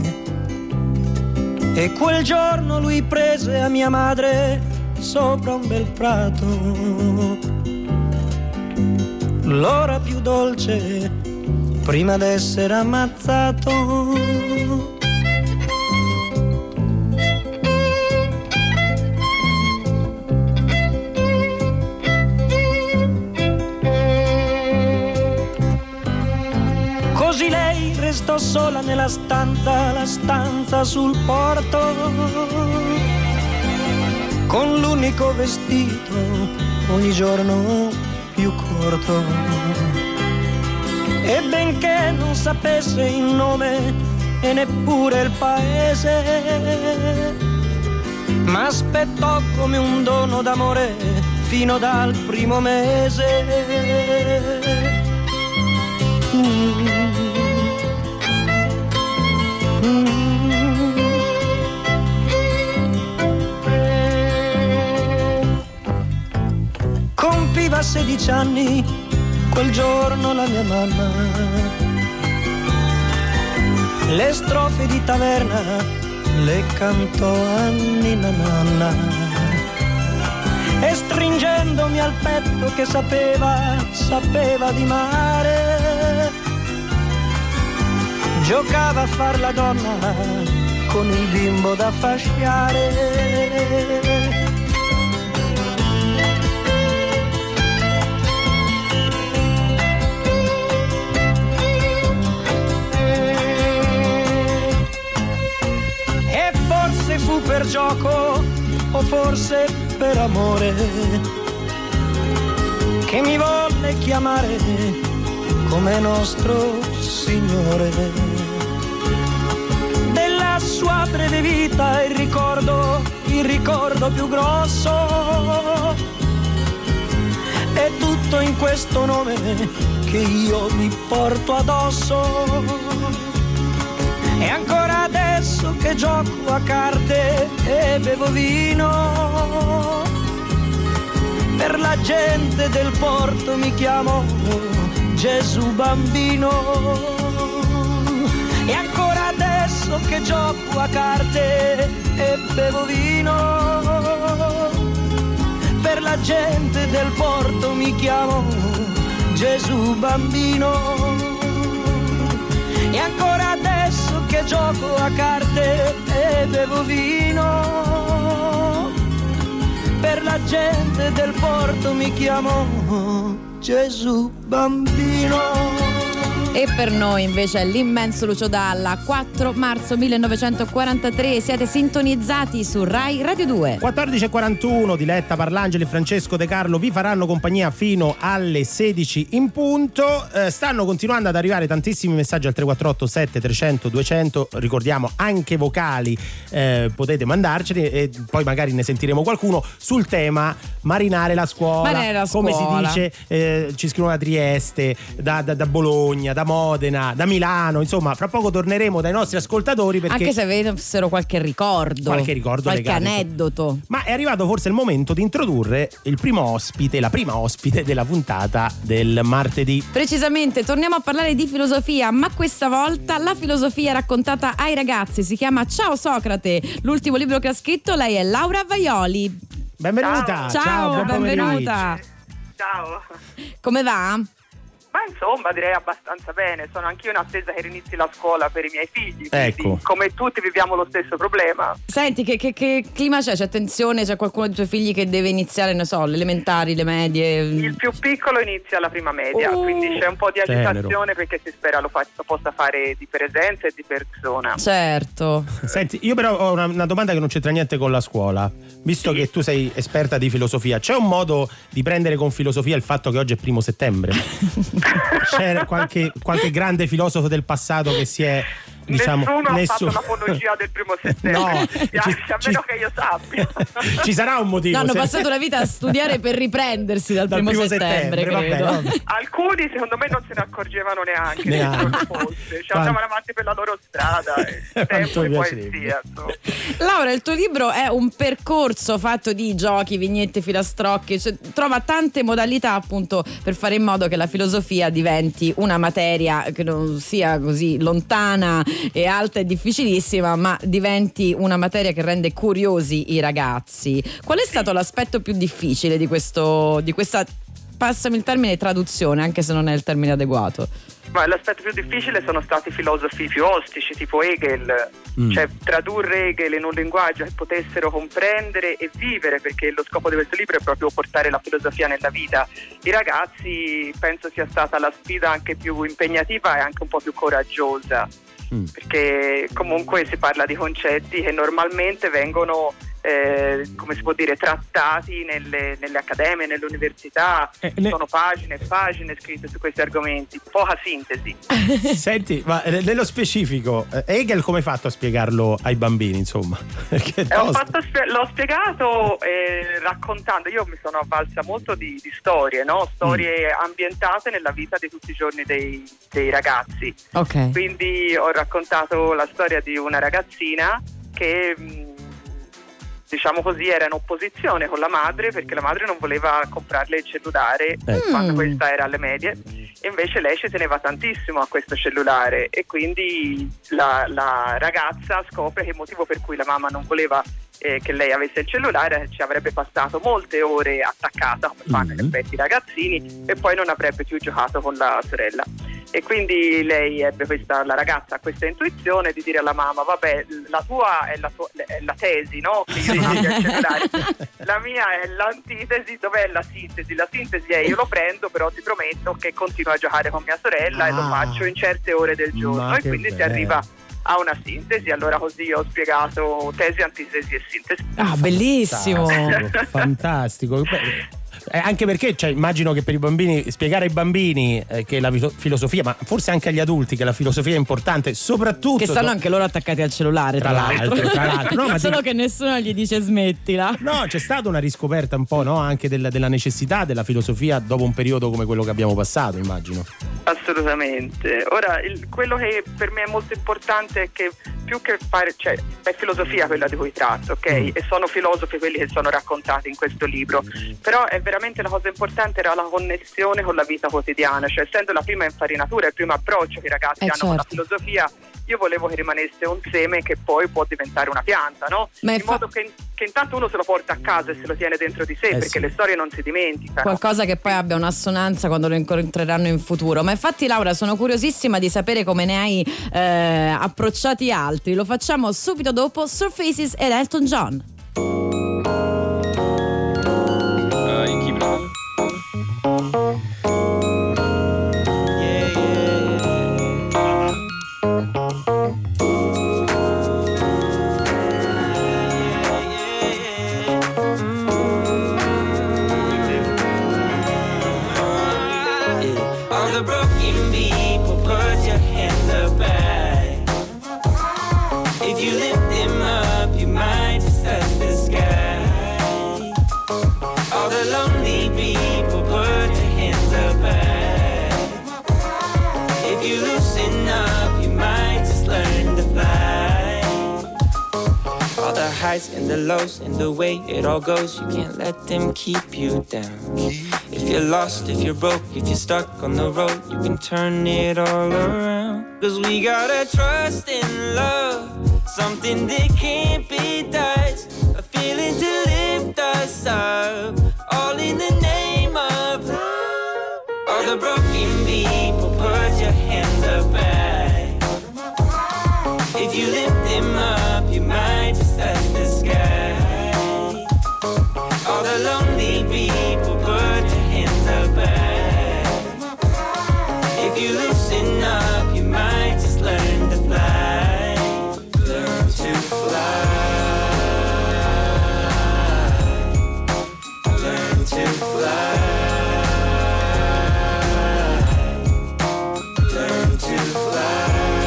E quel giorno lui prese a mia madre sopra un bel prato. L'ora più dolce prima d'essere ammazzato. Così lei restò sola nella stanza, la stanza sul porto, con l'unico vestito ogni giorno più corto. E benché non sapesse il nome e neppure il paese, m'aspettò come un dono d'amore fino dal primo mese. Compiva 16 anni quel giorno la mia mamma. Le strofe di taverna le cantò a Ninna Nanna, e stringendomi al petto che sapeva di mare, giocava a far la donna con il bimbo da fasciare. E forse fu per gioco o forse per amore che mi volle chiamare come nostro Signore. Della sua breve vita il ricordo più grosso è tutto in questo nome che io mi porto addosso. E ancora adesso che gioco a carte e bevo vino, per la gente del porto mi chiamo Gesù bambino. E ancora adesso che gioco a carte e bevo vino, per la gente del porto mi chiamo Gesù bambino. E ancora adesso che gioco a carte e bevo vino, per la gente del porto mi chiamo Gesù bambino. E per noi invece è l'immenso Lucio Dalla. 4 marzo 1943, siete sintonizzati su Rai Radio 2. 14:41, Diletta Parlangeli e Francesco De Carlo vi faranno compagnia fino alle 16 in punto. Stanno continuando ad arrivare tantissimi messaggi al 348 7300 200, ricordiamo anche vocali, potete mandarceli e poi magari ne sentiremo qualcuno sul tema marinare la scuola. Come si dice, ci scrivono da Trieste, da Bologna, da Modena, da Milano, insomma fra poco torneremo dai nostri ascoltatori, perché anche se avessero qualche ricordo, qualche aneddoto. Ma è arrivato forse il momento di introdurre la prima ospite della puntata del martedì. Precisamente torniamo a parlare di filosofia, ma questa volta la filosofia raccontata ai ragazzi. Si chiama Ciao Socrate, l'ultimo libro che ha scritto. Lei è Laura Vaioli. Benvenuta. Ciao, benvenuta. Ciao. Come va? Ma insomma direi abbastanza bene, sono anch'io in attesa che rinizi la scuola per i miei figli, ecco. Come tutti viviamo lo stesso problema. Senti, che clima c'è? C'è tensione? C'è qualcuno dei tuoi figli che deve iniziare, non so, le elementari, le medie? Il più piccolo inizia la prima media, quindi c'è un po' di agitazione perché si spera lo possa fare di presenza e di persona. Certo. Senti, io però ho una domanda che non c'entra niente con la scuola. Visto che tu sei esperta di filosofia, c'è un modo di prendere con filosofia il fatto che oggi è 1° settembre? C'è qualche grande filosofo del passato che si è, diciamo, nessuno ha fatto l'apologia del 1° settembre. No, a meno che io sappia. Ci sarà un motivo. No, hanno passato la vita a studiare per riprendersi dal 1° settembre, credo. Vabbè. Alcuni secondo me non se ne accorgevano neanche. Cioè andavano avanti per la loro strada, tempo e poesia. Laura, il tuo libro è un percorso fatto di giochi, vignette, filastrocchi, cioè, trova tante modalità appunto per fare in modo che la filosofia diventi una materia che non sia così lontana e alta e difficilissima, ma diventi una materia che rende curiosi i ragazzi. Qual è stato l'aspetto più difficile di questa passami il termine, traduzione, anche se non è il termine adeguato. Ma l'aspetto più difficile sono stati i filosofi più ostici, tipo Hegel, cioè tradurre Hegel in un linguaggio che potessero comprendere e vivere, perché lo scopo di questo libro è proprio portare la filosofia nella vita. I ragazzi penso sia stata la sfida anche più impegnativa e anche un po' più coraggiosa, perché comunque si parla di concetti che normalmente vengono come si può dire, trattati nelle accademie, nelle università. Sono pagine e pagine scritte su questi argomenti, poca sintesi. Senti, ma nello specifico Hegel come hai fatto a spiegarlo ai bambini, insomma? L'ho spiegato raccontando. Io mi sono avvalsa molto di storie, no? Storie ambientate nella vita di tutti i giorni dei ragazzi. Okay. Quindi ho raccontato la storia di una ragazzina che diciamo così era in opposizione con la madre, perché la madre non voleva comprarle il cellulare quando questa era alle medie, e invece lei ci teneva tantissimo a questo cellulare, e quindi la ragazza scopre che il motivo per cui la mamma non voleva che lei avesse il cellulare ci avrebbe passato molte ore attaccata, come fanno in effetti i ragazzini, e poi non avrebbe più giocato con la sorella. E quindi lei la ragazza ha questa intuizione di dire alla mamma: vabbè, la tua è la tesi, no? Che io non abbia il cellulare. La mia è l'antitesi. Dov'è la sintesi? La sintesi è: io lo prendo, però ti prometto che continuo a giocare con mia sorella e lo faccio in certe ore del giorno. E quindi si arriva a una sintesi. Allora così ho spiegato tesi, antitesi e sintesi. Bellissimo. Fantastico. Anche perché immagino che per i bambini, spiegare ai bambini che la filosofia, ma forse anche agli adulti, che la filosofia è importante, soprattutto che stanno anche loro attaccati al cellulare, tra l'altro. No, ma solo che nessuno gli dice smettila. No, c'è stata una riscoperta un po', no? Anche della necessità della filosofia dopo un periodo come quello che abbiamo passato, immagino. Assolutamente. Ora, quello che per me è molto importante è che più che fare, è filosofia quella di cui tratto, ok? E sono filosofi quelli che sono raccontati in questo libro, però è veramente la cosa importante era la connessione con la vita quotidiana, cioè essendo la prima infarinatura, il primo approccio che i ragazzi hanno con la filosofia, io volevo che rimanesse un seme che poi può diventare una pianta, no? In modo che intanto uno se lo porta a casa e se lo tiene dentro di sé, perché le storie non si dimenticano. Qualcosa che poi abbia un'assonanza quando lo incontreranno in futuro. Ma infatti, Laura, sono curiosissima di sapere come ne hai approcciati altri. Lo facciamo subito dopo Surfaces ed Elton John. Highs and the lows and the way it all goes, you can't let them keep you down. If you're lost, if you're broke, if you're stuck on the road, you can turn it all around. 'Cause we gotta trust in love, something that can't be touched, a feeling to lift us up, all in the name of love. All the broken people, put your hands up high. If you lift them up, you might just touch the sky. All the lonely people, put your hands up high. If you loosen up, you might just learn to fly. Learn to fly. Learn to fly. Learn to fly.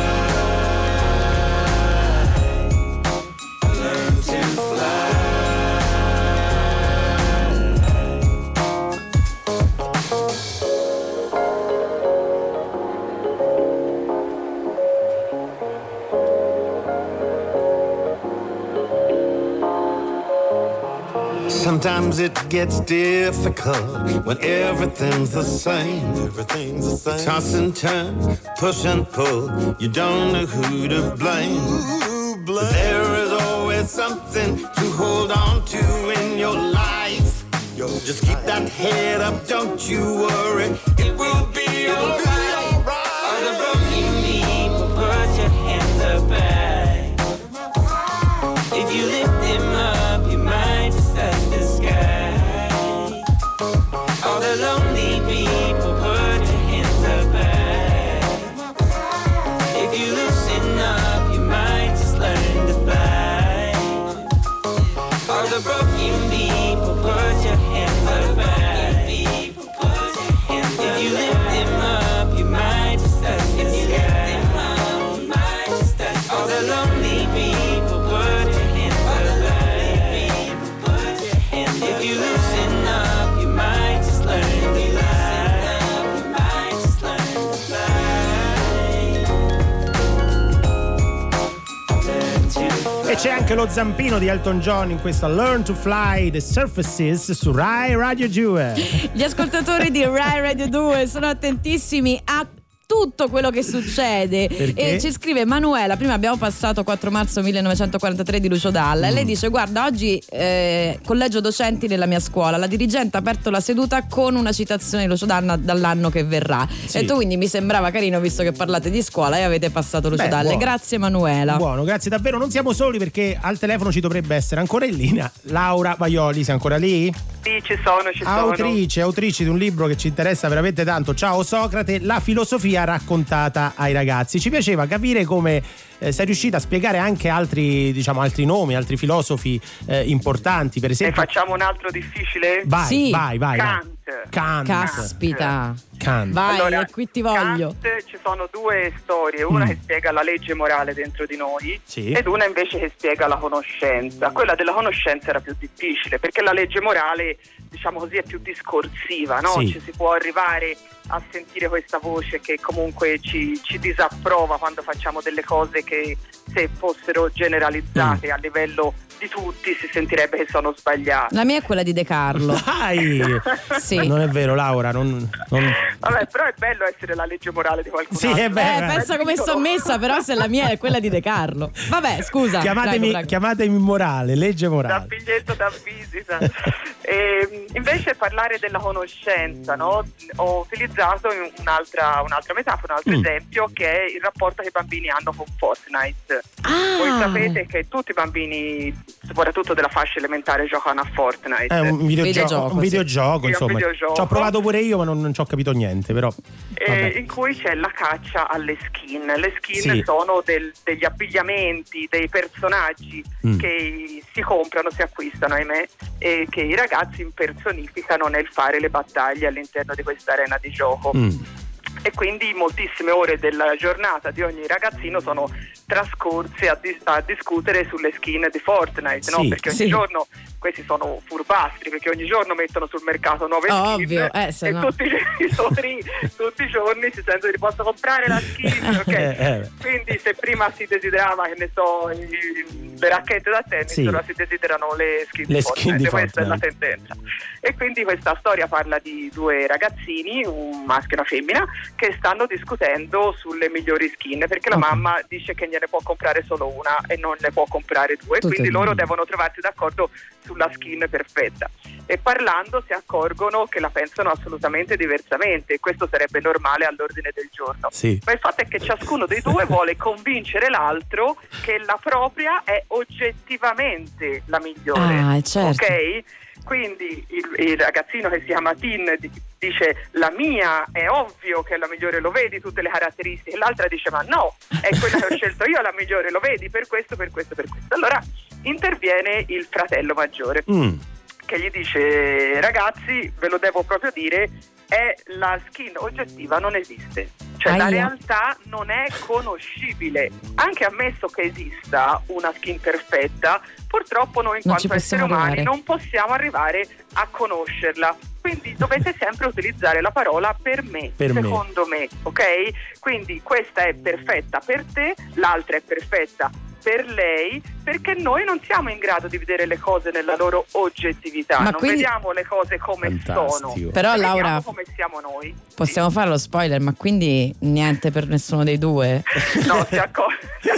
Sometimes it gets difficult when everything's the same. Everything's the same. Toss and turn, push and pull. You don't know who to blame. But there is always something to hold on to in your life. Just keep that head up, don't you worry. It will be alright. All the broken people, put your hands up high. If you lift them up, you might just touch the sky. All the lonely people, put your hands up high. If you loosen up, you might just learn to fly. All the broken people, put your hands up high. If you lift them up, you might just touch the sky. All the lonely people, put your hands up high. If you loosen up, you might just learn to fly. E c'è anche lo zampino di Elton John in questa Learn to Fly The Surfaces su Rai Radio 2. Gli ascoltatori di Rai Radio 2 sono attentissimi a tutto quello che succede. Perché? E ci scrive Manuela, prima abbiamo passato 4 marzo 1943 di Lucio Dalla e lei dice: guarda, oggi collegio docenti nella mia scuola, la dirigente ha aperto la seduta con una citazione di Lucio Dalla dall'anno che verrà. Sì. E tu, quindi mi sembrava carino, visto che parlate di scuola e avete passato Lucio Dalla. Buono. Grazie Manuela. Buono, grazie davvero. Non siamo soli, perché al telefono ci dovrebbe essere ancora in linea Laura Vaioli. Sei ancora lì? Sì, ci sono. Autrice di un libro che ci interessa veramente tanto, Ciao Socrate, la filosofia raccontata ai ragazzi. Ci piaceva capire come sei riuscita a spiegare anche altri nomi, altri filosofi importanti, per esempio. E facciamo un altro difficile? Vai, sì. vai. Kant. Caspita. Kant. Vai, allora, qui ti voglio. Kant, ci sono due storie, una che spiega la legge morale dentro di noi, sì, ed una invece che spiega la conoscenza. Quella della conoscenza era più difficile, perché la legge morale, diciamo così, è più discorsiva, no? Sì. Ci si può arrivare a sentire questa voce che comunque ci disapprova quando facciamo delle cose che, se fossero generalizzate a livello di tutti, si sentirebbe che sono sbagliate. La mia è quella di De Carlo. Dai! Sì. Non è vero, Laura, non... Vabbè, però è bello essere la legge morale di qualcuno. Sì, è vero. Pensa come sto messa, però se la mia è quella di De Carlo. Vabbè, scusa. Chiamatemi morale, legge morale. Da biglietto da visita. Invece parlare della conoscenza, no? Ho utilizzato un'altra metafora, un altro esempio, che è il rapporto che i bambini hanno con Fortnite. Voi sapete che tutti i bambini, soprattutto della fascia elementare, giocano a Fortnite. È un videogioco, insomma. Ci ho provato pure io, ma non ci ho capito niente, però. In cui c'è la caccia alle skin. Le skin sono degli abbigliamenti, dei personaggi che si comprano, si acquistano, ahimè, e che i ragazzi impersonificano nel fare le battaglie all'interno di questa arena di gioco. E quindi moltissime ore della giornata di ogni ragazzino sono trascorse a discutere sulle skin di Fortnite, no? Perché ogni giorno questi sono furbastri, perché ogni giorno mettono sul mercato nuove skin, e no, tutti i giorni si sentono di posso comprare la skin, ok? Quindi se prima si desiderava, che ne so, le racchette da tennis, ora si desiderano le skin di Fortnite. Questa è la tendenza. E quindi questa storia parla di due ragazzini, un maschio e una femmina, che stanno discutendo sulle migliori skin, perché la mamma dice che gliene può comprare solo una e non ne può comprare due, quindi loro devono trovarsi d'accordo sulla skin perfetta. E parlando si accorgono che la pensano assolutamente diversamente, e questo sarebbe normale all'ordine del giorno. Ma il fatto è che ciascuno dei due vuole convincere l'altro che la propria è oggettivamente la migliore. Ok? Quindi il ragazzino, che si chiama Tin, dice la mia è ovvio che è la migliore, lo vedi tutte le caratteristiche, l'altra dice ma no, è quella che ho scelto io la migliore, lo vedi per questo. Allora interviene il fratello maggiore che gli dice ragazzi, ve lo devo proprio dire, la skin oggettiva non esiste, cioè la realtà non è conoscibile. Anche ammesso che esista una skin perfetta, purtroppo noi in quanto esseri umani non possiamo arrivare a conoscerla, quindi dovete sempre utilizzare la parola per me, secondo me, ok? Quindi questa è perfetta per te, l'altra è perfetta per lei, perché noi non siamo in grado di vedere le cose nella loro oggettività, non vediamo le cose come sono, però Laura, come siamo noi. Possiamo fare lo spoiler, ma quindi niente per nessuno dei due? No, si accorge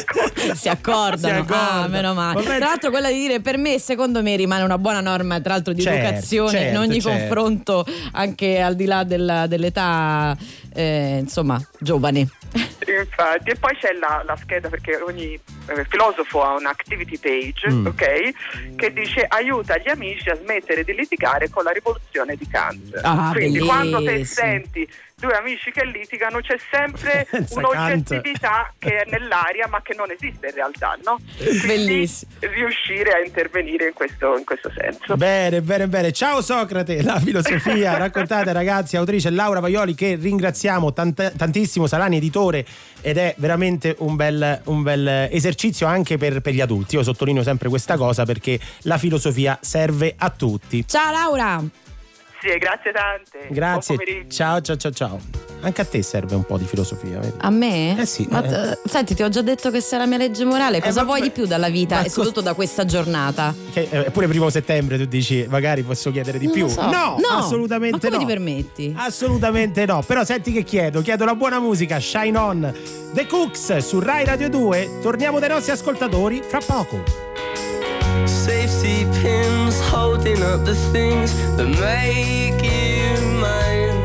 Si accordano. Meno male. Tra l'altro quella di dire per me, secondo me rimane una buona norma, tra l'altro di educazione in ogni confronto, anche al di là dell'età insomma giovane. Infatti, e poi c'è la scheda, perché ogni filosofo ha un activity page, ok, che dice aiuta gli amici a smettere di litigare con la rivoluzione di Kant. Quindi quando te senti due amici che litigano c'è sempre un'oggettività che è nell'aria ma che non esiste in realtà, no? Bellissimo. Riuscire a intervenire in questo senso. Bene. Ciao Socrate, la filosofia raccontata, ragazzi, autrice Laura Vaioli, che ringraziamo tantissimo, Salani editore, ed è veramente un bel esercizio anche per gli adulti. Io sottolineo sempre questa cosa perché la filosofia serve a tutti. Ciao Laura. Sì, grazie tante. Grazie. Ciao. Anche a te serve un po' di filosofia, vedi? A me? Sì. Ma senti, ti ho già detto che sei la mia legge morale. Cosa vuoi di più dalla vita e soprattutto da questa giornata? Eppure 1 settembre tu dici magari posso chiedere di più. So. No, assolutamente ma come no. ti permetti? Assolutamente no. Però senti che chiedo la buona musica. Shine On, The Cooks su Rai Radio 2. Torniamo dai nostri ascoltatori fra poco. Safety pins holding up the things that make you mine.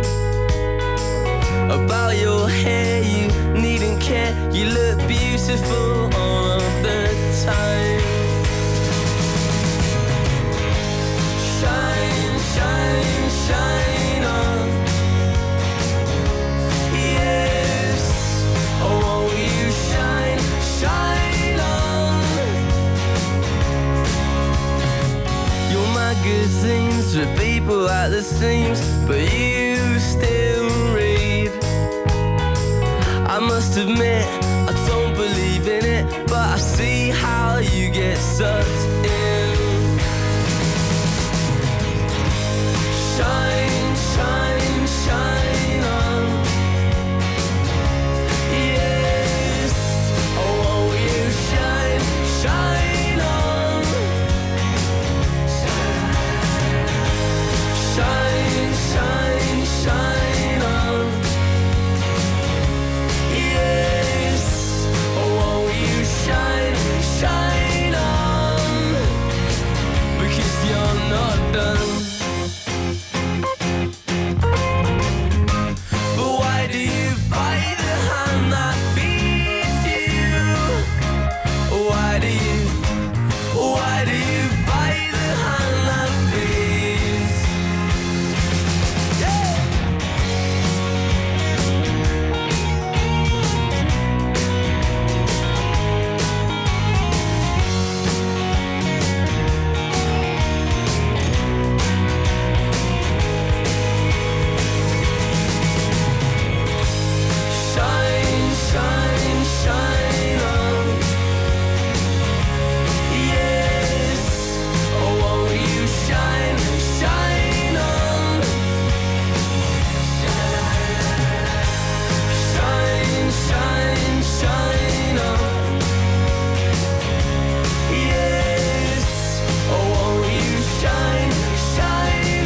About your hair, you needn't care. You look beautiful all of the time. Shine, shine, shine on. Yes, oh, won't you shine, shine on. Your magazines with people at the seams, but you still read. I must admit, I don't believe in it, but I see how you get sucked in. Shine, shine, shine on. Yes, oh, won't you shine, shine on. Shine, shine, shine on. Yes, oh, won't you shine, shine on. Because you're not done. But why do you bite the hand that feeds you? Why do you bite the hand that feeds? Shine, shine, shine on. Yes, oh, won't you shine, shine on. Shine, shine, shine on. Yes, oh, won't you shine, shine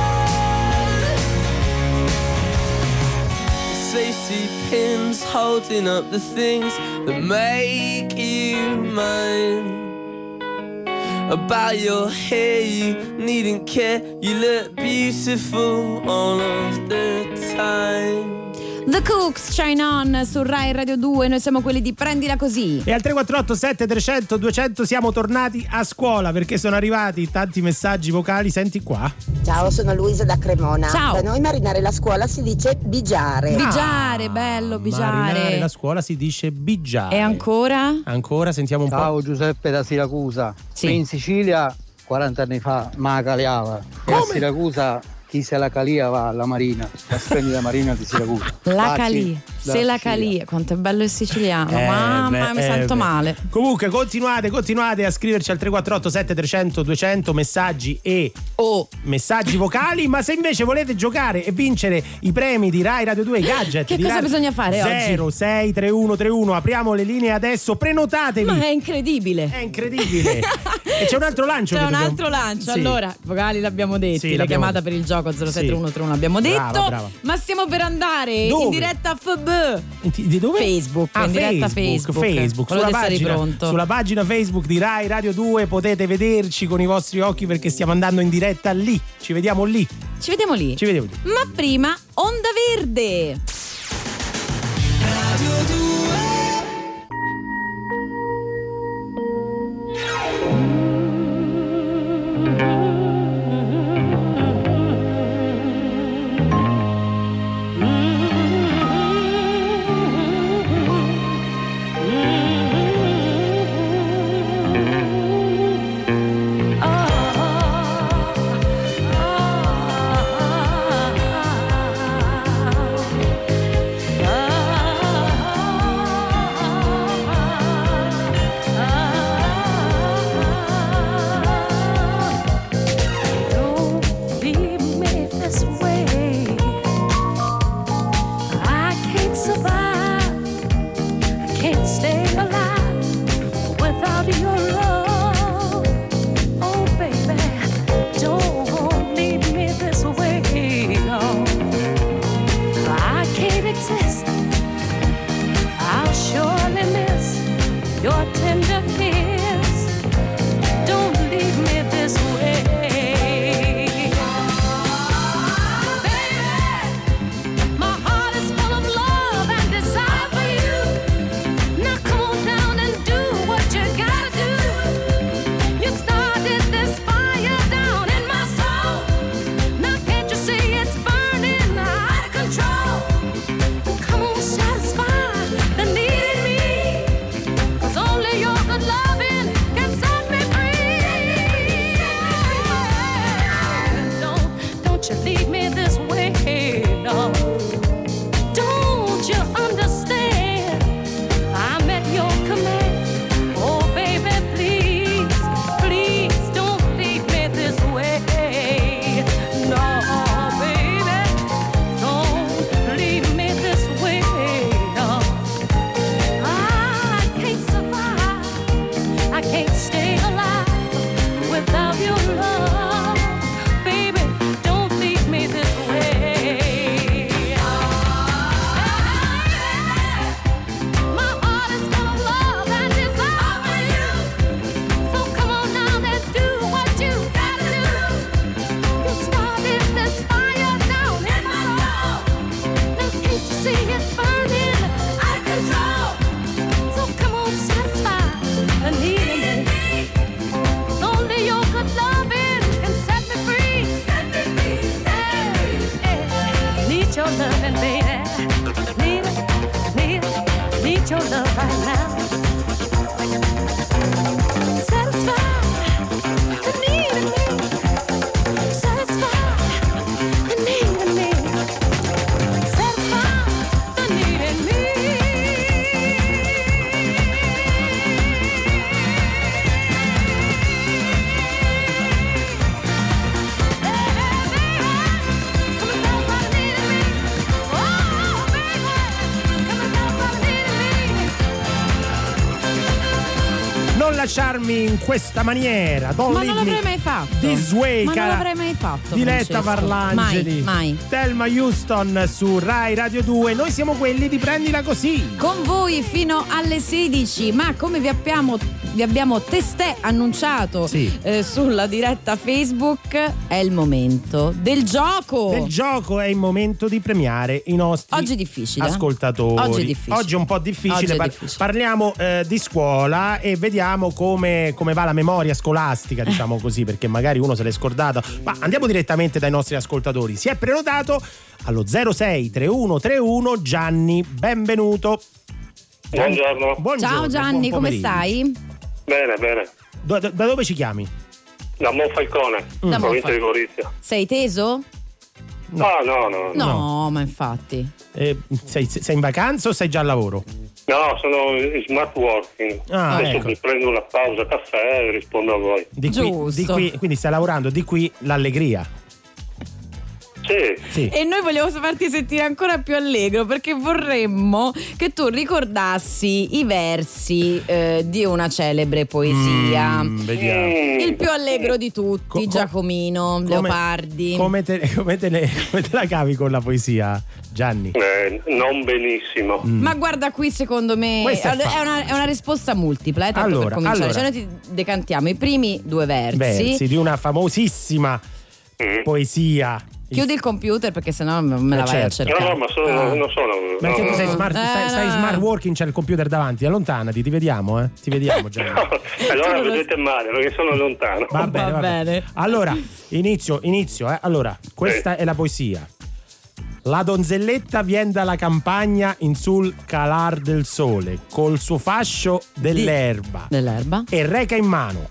on. Safety pins holding up the things that make you mine. About your hair, you needn't care. You look beautiful all of the time. The Cooks, Shine On su Rai Radio 2. Noi siamo quelli di Prendila Così. E al 348 7300 200 siamo tornati a scuola perché sono arrivati tanti messaggi vocali. Senti qua. Ciao, sono Luisa da Cremona. Ciao. Da noi marinare la scuola si dice bigiare. Bigiare, bello, bigiare. Marinare la scuola si dice bigiare. E ancora? Ancora, sentiamo un po'. Ciao, Giuseppe da Siracusa. Sì. Qui in Sicilia 40 anni fa ma caliava. E a Siracusa chi se la caliava alla marina, la splendida marina di Siracusa. La Calì, se la Calì, quanto è bello il siciliano. Mamma, mi sento male. Comunque continuate a scriverci al 348 7300 200 messaggi e messaggi vocali. Ma se invece volete giocare e vincere i premi di Rai Radio 2, i gadget che cosa bisogna fare oggi? 063131, apriamo le linee adesso, prenotatevi. Ma è incredibile. E c'è un altro lancio. C'è un altro lancio. Sì. Allora, vocali l'abbiamo detto, sì, la chiamata per il gioco 063131 l'abbiamo detto. Brava. Ma stiamo per andare in diretta a FB Di dove? Facebook, in diretta Facebook. Sulla pagina Facebook di Rai Radio 2 potete vederci con i vostri occhi perché stiamo andando in diretta lì. Ci vediamo lì. Ma prima Onda Verde. Radio 2. Lasciarmi in questa maniera. Ma non l'avrei mai fatto. This way, ma cara. non l'avrei mai fatto. Diletta Parlangeli. Mai. Thelma Houston su Rai Radio 2. Noi siamo quelli di Prendila Così. Con voi fino alle 16. Ma come vi abbiamo testé annunciato sulla diretta Facebook, è il momento del gioco. È il momento di premiare i nostri Oggi è difficile, ascoltatori. Oggi è un po' difficile. Parliamo di scuola e vediamo come va la memoria scolastica, diciamo così, perché magari uno se l'è scordato. Ma andiamo direttamente dai nostri ascoltatori. Si è prenotato allo 06 3131 Gianni, benvenuto. Buongiorno. Ciao Gianni, come stai? Bene. Da dove ci chiami? Da Monfalcone, provincia di Gorizia. Sei teso? No. No, ma infatti. Sei in vacanza o sei già al lavoro? No, sono in smart working. Adesso mi prendo una pausa caffè e rispondo a voi. Di qui, quindi stai lavorando, di qui l'allegria. Sì. E noi vogliamo farti sentire ancora più allegro, perché vorremmo che tu ricordassi i versi di una celebre poesia. Vediamo. Il più allegro di tutti, Giacomino Leopardi. Come te la cavi con la poesia? Gianni? Non benissimo. Ma guarda, qui secondo me è una risposta multipla, tanto per cominciare. Cioè noi ti decantiamo i primi due versi di una famosissima poesia. Chiudi il computer perché sennò me la vai a cercare. No, ma non sono. Perché tu stai smart working, c'è il computer davanti, allontanati, ti vediamo, Ti vediamo, Gianni. No, allora vedete male perché sono lontano. Va bene. Allora, inizio. Allora, questa è la poesia. La donzelletta vien dalla campagna in sul calar del sole, col suo fascio dell'erba. E reca in mano.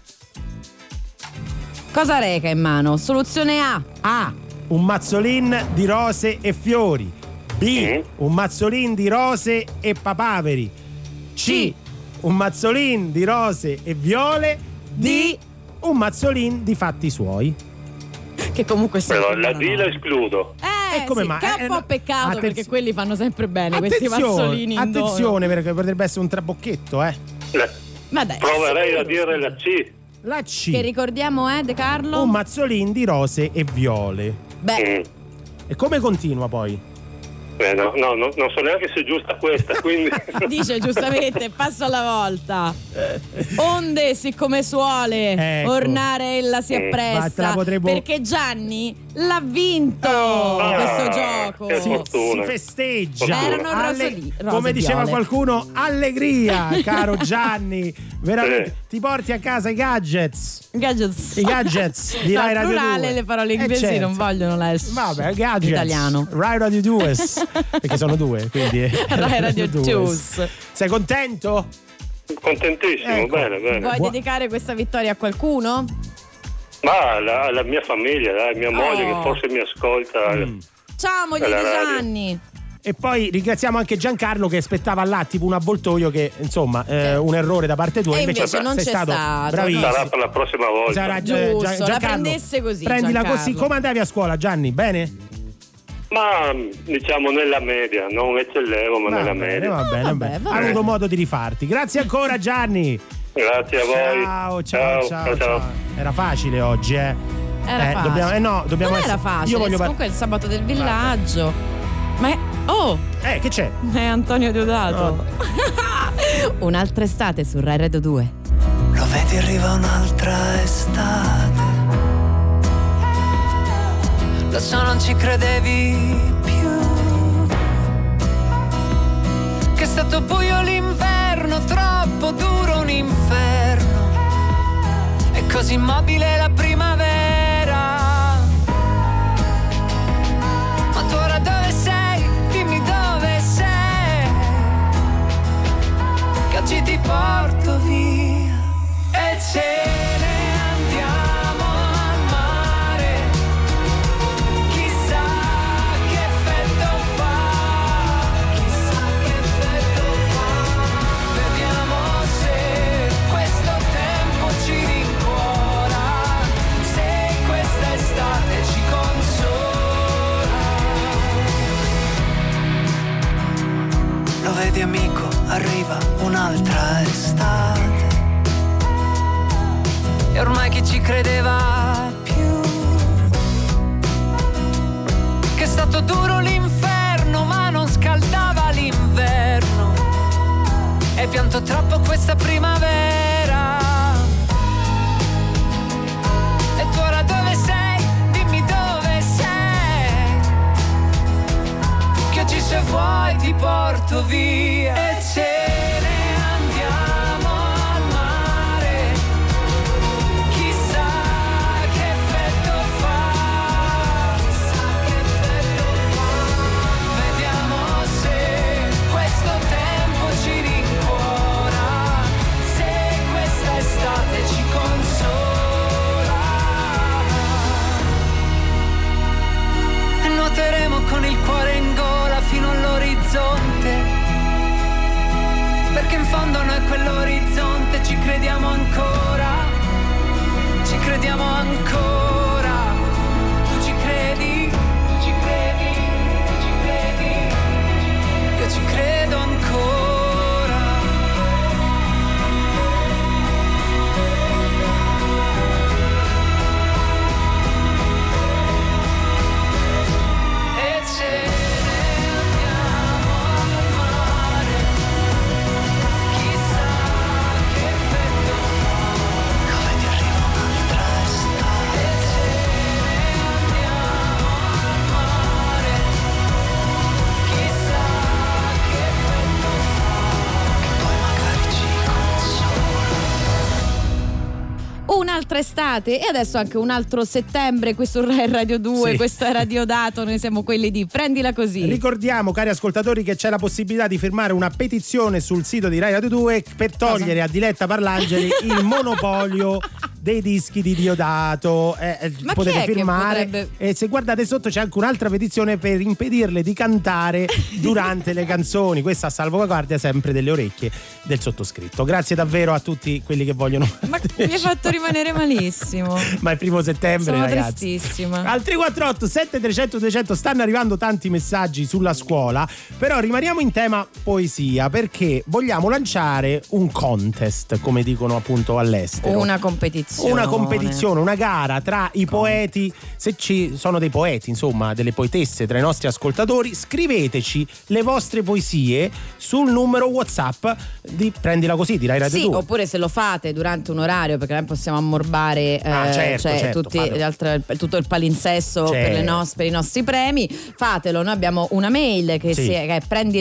Cosa reca in mano? Soluzione A. Un mazzolin di rose e fiori. B. Un mazzolin di rose e papaveri. C. Un mazzolin di rose e viole. D. Un mazzolin di fatti suoi. Che comunque però la D la escludo. Come mai? Che è un po' peccato perché quelli fanno sempre bene questi mazzolini. Attenzione, perché potrebbe essere un trabocchetto, Ma dai, proverei a dire la C. La C. Che ricordiamo De Carlo? Un mazzolin di rose e viole. E come continua poi? No, non so neanche se è giusta questa, quindi dice giustamente, passo alla volta. Onde siccome suole, ornare ella si appressa, perché Gianni l'ha vinto questo gioco. Si festeggia. Erano come diceva viole. Qualcuno, allegria, caro Gianni. Veramente ti porti a casa i gadgets. I gadgets di Rai Radio 2. Plurale, le parole inglesi non vogliono l'S. Vabbè, gadgets. Italiano. Rai Radio 2. Perché sono due, quindi Rai Radio 2. Sei contento? Contentissimo, bene. Vuoi dedicare questa vittoria a qualcuno? Ma alla mia famiglia, mia moglie che forse mi ascolta. Ciao moglie di Gianni. E poi ringraziamo anche Giancarlo che aspettava là tipo un avvoltoio che insomma un errore da parte tua, invece non sei c'è stato bravissimo. Sarà per la prossima volta. Sarà giusto, la prendesse così. Prendila Giancarlo. così. Come andavi a scuola, Gianni? Bene? Ma diciamo nella media, non eccellevo, ma nella media. Va bene. Ha avuto modo di rifarti. Grazie ancora, Gianni. Grazie a voi. Ciao. Era facile oggi, Era facile. Dobbiamo non era facile. Comunque è il sabato del villaggio. Ma che c'è? È Antonio Deodato. Un'altra estate su Rai Radio 2. Lo vedi, arriva un'altra estate. Lo so, non ci credevi più. Che è stato buio l'inverno, troppo duro un inferno. È così immobile la primavera. Ma tu ora dove sei? Dimmi dove sei. Che oggi ti porto via. E ce ne andiamo al mare. Chissà che effetto fa. Vediamo se questo tempo ci rincuora, se questa estate ci consola. Lo vedi amico, arriva un'altra estate. E ormai chi ci credeva più? Che è stato duro l'inferno ma non scaldava l'inverno. E pianto troppo questa primavera. E tu ora dove sei? Dimmi dove sei. Che oggi se vuoi ti porto via. E ce ne andiamo al mare. Chissà che effetto fa. Vediamo se questo tempo ci rincuora, se questa estate ci consola. E nuoteremo con il cuore in gola fino all'orizzonte, perché in fondo noi quell'orizzonte ci crediamo ancora. Ci crediamo ancora. Tu ci credi? Tu ci credi? Tu ci credi? Io ci credo ancora. E ce ne un'altra estate e adesso anche un altro settembre. Questo è Radio 2, Sì. questo è Radio Dato, noi siamo quelli di Prendila Così. Ricordiamo, cari ascoltatori, che c'è la possibilità di firmare una petizione sul sito di Rai Radio 2 per togliere a Diletta Parlangeli il monopolio dei dischi di Diodato. Ma potete chi è che firmare potrebbe- e se guardate sotto c'è anche un'altra petizione per impedirle di cantare durante le canzoni, questa a salvaguardia sempre delle orecchie del sottoscritto. Grazie davvero a tutti quelli che vogliono Ma mi hai fatto rimanere malissimo. ma è primo settembre, Sono ragazzi. tristissima. Al 348 7300 200 stanno arrivando tanti messaggi sulla scuola, però rimaniamo in tema poesia perché vogliamo lanciare un contest, come dicono appunto all'estero. Una competizione. Una competizione, una gara tra i poeti, se ci sono dei poeti, insomma, delle poetesse tra i nostri ascoltatori, scriveteci le vostre poesie sul numero WhatsApp di Prendila Così, di Rai Radio Sì, 2. oppure se lo fate durante un orario, perché noi possiamo ammorbare certo, tutti fatelo. tutto il palinsesto Certo. per i nostri premi. Fatelo, noi abbiamo una mail che, Sì. che è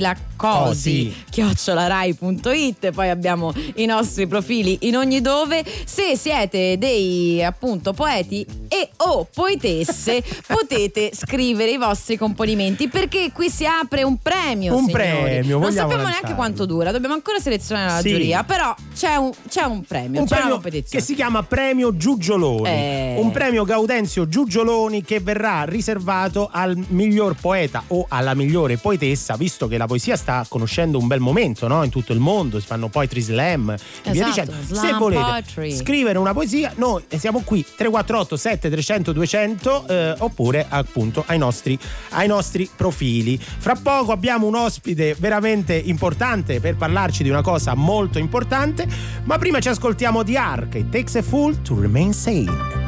prendilacosi@rai.it, poi abbiamo i nostri profili in ogni dove. Se siete dei appunto poeti e o poetesse potete scrivere i vostri componimenti, perché qui si apre un premio, Un signori. premio, non vogliamo sappiamo lanciarlo. neanche quanto dura, dobbiamo ancora selezionare la Sì. giuria, però c'è un premio, Un c'è una premio competizione. che si chiama Premio Giugioloni, un premio Gaudenzio Giugioloni che verrà riservato al miglior poeta o alla migliore poetessa, visto che la poesia sta conoscendo un bel momento, no? In tutto il mondo si fanno poetry slam e via Esatto, dicendo. slam Se volete poetry. scrivere una poesia, noi siamo qui 348 7300 200 oppure appunto ai nostri profili. Fra poco abbiamo un ospite veramente importante per parlarci di una cosa molto importante, ma prima ci ascoltiamo di Ark, It Takes a Fool to Remain Sane.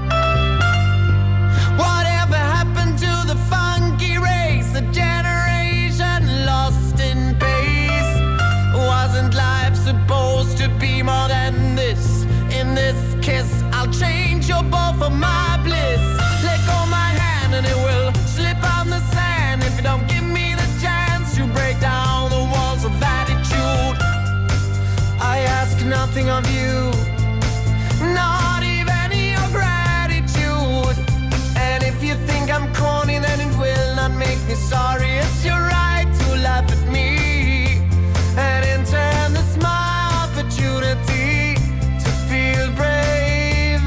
Whatever happened to the funky race? A generation lost in pace. Wasn't life supposed to be more than this? In this kiss, I'll change your bow for my bliss. Let go my hand and it will slip on the sand. If you don't give me the chance to break down the walls of attitude, I ask nothing of you, not even your gratitude. And if you think I'm corny, then it will not make me sorry. It's your right to laugh at me, and in turn it's my opportunity to feel brave.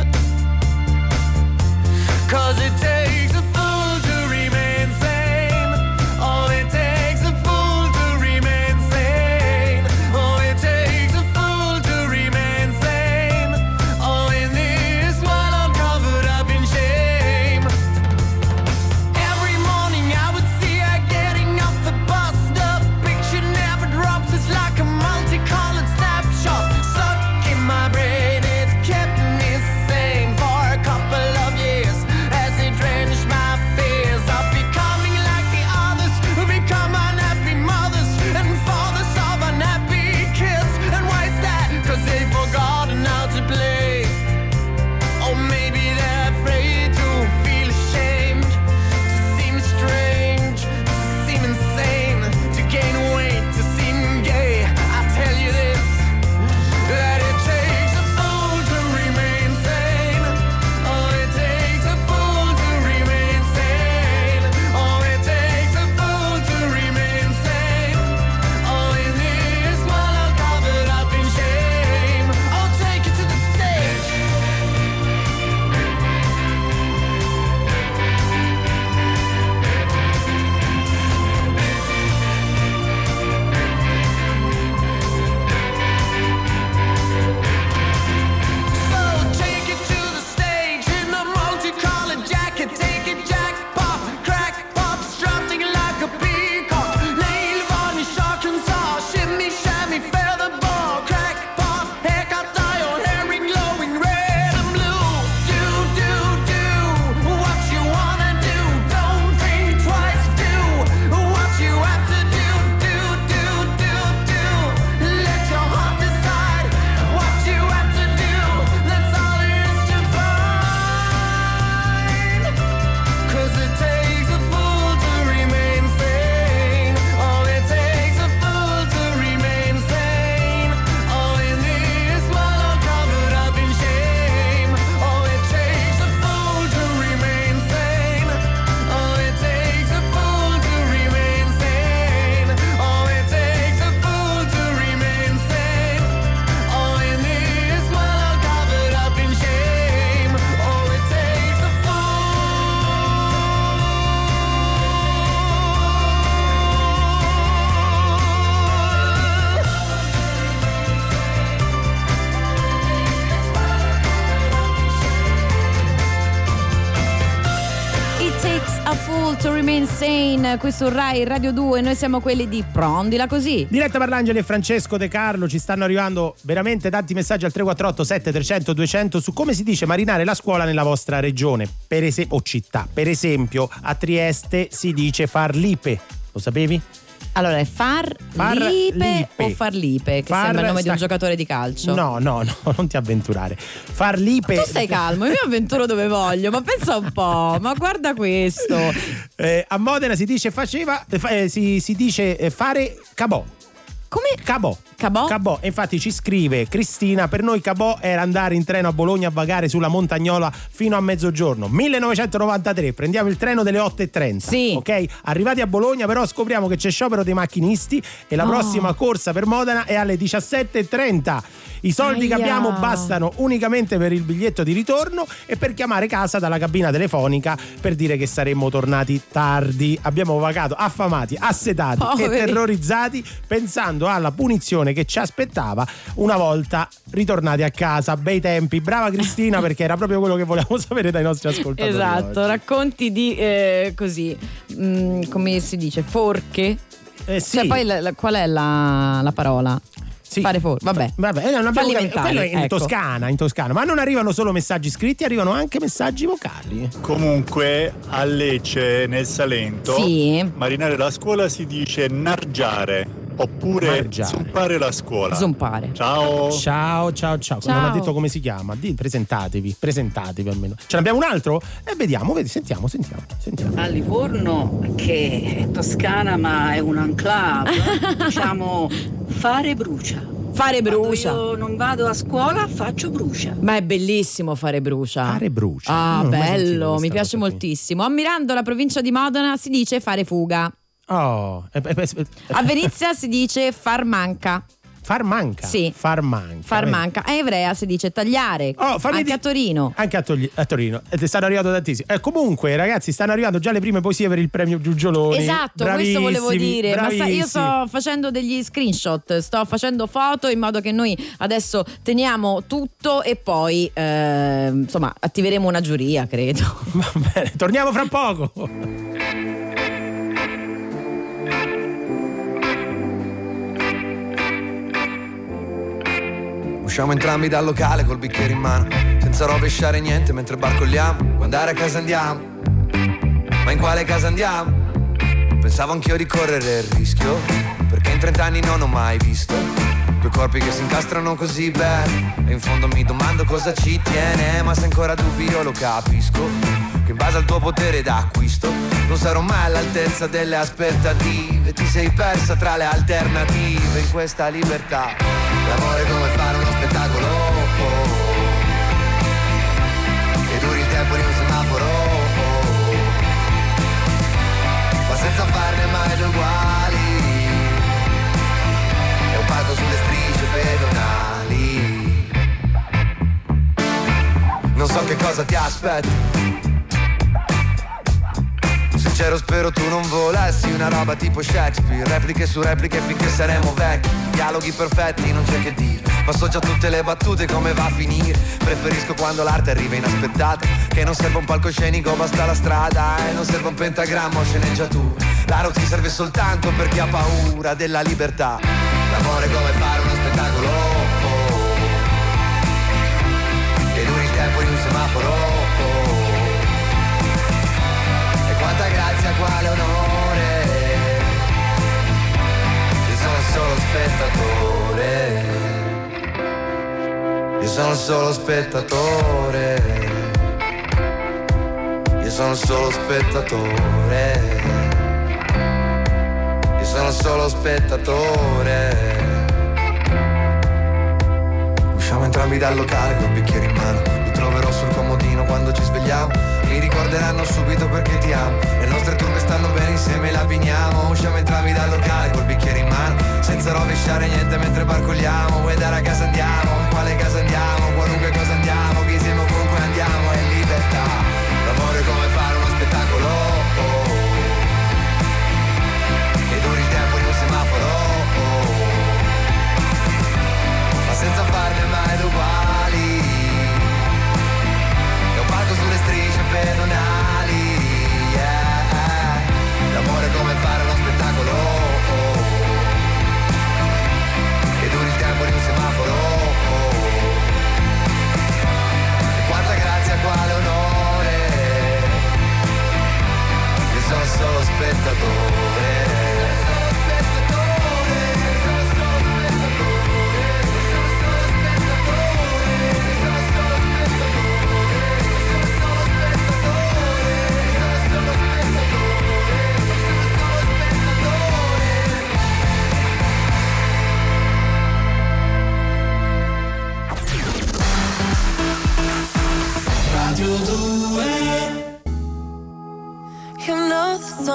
'Cause it takes a fool to remain sane. Oh, it takes a fool to remain sane. Oh, it takes a fool to remain sane. Insane qui su Rai Radio 2. Noi siamo quelli di Prondila Così. Diletta Parlangeli e Francesco De Carlo. Ci stanno arrivando veramente tanti messaggi al 348 7300 200 su come si dice marinare la scuola nella vostra regione o città. Per esempio a Trieste si dice far lipe. Lo sapevi? Allora è far lipe o farlipe, che sembra il nome di un giocatore di calcio. No, non ti avventurare. Far lipe. Ma tu stai calmo, io mi avventuro dove voglio, ma pensa un po', ma guarda questo. A Modena si dice si dice fare cabò. Come? Cabò. E infatti ci scrive Cristina: per noi cabò era andare in treno a Bologna a vagare sulla Montagnola fino a mezzogiorno. 1993, prendiamo il treno delle 8:30. Sì. Ok? Arrivati a Bologna però scopriamo che c'è sciopero dei macchinisti e la prossima corsa per Modena è alle 17:30. I soldi che abbiamo bastano unicamente per il biglietto di ritorno e per chiamare casa dalla cabina telefonica per dire che saremmo tornati tardi. Abbiamo vagato affamati, assetati e terrorizzati pensando alla punizione che ci aspettava una volta ritornati a casa. Bei tempi. Brava Cristina, perché era proprio quello che volevamo sapere dai nostri ascoltatori. Esatto, oggi. racconti di così come si dice, forche. Sì. Cioè, poi qual è la parola? Sì. Fare vabbè, quello è in ecco. Toscana, ma non arrivano solo messaggi scritti, arrivano anche messaggi vocali. Comunque a Lecce nel Salento marinare la scuola si dice nargiare oppure zompare la scuola. Zompare. Ciao. Non ha detto come si chiama. Presentatevi almeno. Ce n'abbiamo un altro? Vediamo, sentiamo. A Livorno, che è toscana ma è un enclave, diciamo fare brucia. Quando io non vado a scuola faccio brucia. Ma è bellissimo fare brucia. Ah, Non ho mai bello, sentito mi piace moltissimo. A Mirando, la provincia di Modena, si dice fare fuga. Oh. A Venezia si dice far manca. Far manca? Sì. Far manca. A Ivrea si dice tagliare. Anche a Torino. Anche a Torino. Stanno arrivando tantissimi. Comunque, ragazzi, stanno arrivando già le prime poesie per il premio Giugioloni. Esatto, questo volevo dire. Ma io sto facendo degli screenshot, sto facendo foto in modo che noi adesso teniamo tutto e poi insomma attiveremo una giuria, credo. Va bene, torniamo fra poco. Usciamo entrambi dal locale col bicchiere in mano, senza rovesciare niente mentre barcolliamo. Vuoi andare a casa andiamo? Ma in quale casa andiamo? Pensavo anch'io di correre il rischio, perché in 30 anni non ho mai visto due corpi che si incastrano così bene. E in fondo mi domando cosa ci tiene, ma se ancora dubbi io lo capisco, che in base al tuo potere d'acquisto non sarò mai all'altezza delle aspettative. Ti sei persa tra le alternative in questa libertà. L'amore è come fare uno spettacolo che duri il tempo di un semaforo, ma senza farne mai due uguali. È un palco sulle strisce pedonali. Non so che cosa ti aspetti, sincero spero tu non volessi una roba tipo Shakespeare, repliche su repliche finché saremo vecchi, dialoghi perfetti, non c'è che dire, ma so già tutte le battute come va a finire. Preferisco quando l'arte arriva inaspettata, che non serve un palcoscenico, basta la strada, e non serve un pentagramma o sceneggiatura. L'aro ti serve soltanto per chi ha paura della libertà. L'amore è come fare uno spettacolo che duri il tempo di un semaforo. Quanta grazia, quale onore, io sono solo spettatore, io sono solo spettatore, io sono solo spettatore, io sono solo spettatore. Usciamo entrambi dal locale col bicchiere in mano, lo troverò sul comodino quando ci svegliamo. Mi ricorderanno subito perché ti amo, le nostre turbe stanno bene insieme, le abbiniamo. Usciamo entrambi dal locale col bicchiere in mano, senza rovesciare niente mentre barcolliamo. Vuoi andare a casa andiamo, in quale casa andiamo, qualunque cosa andiamo, che insieme ovunque andiamo è libertà. L'amore è come fare uno spettacolo che duri il tempo di un semaforo, ma senza farne mai due uguali. È un palco sulle strisce pedonali, yeah.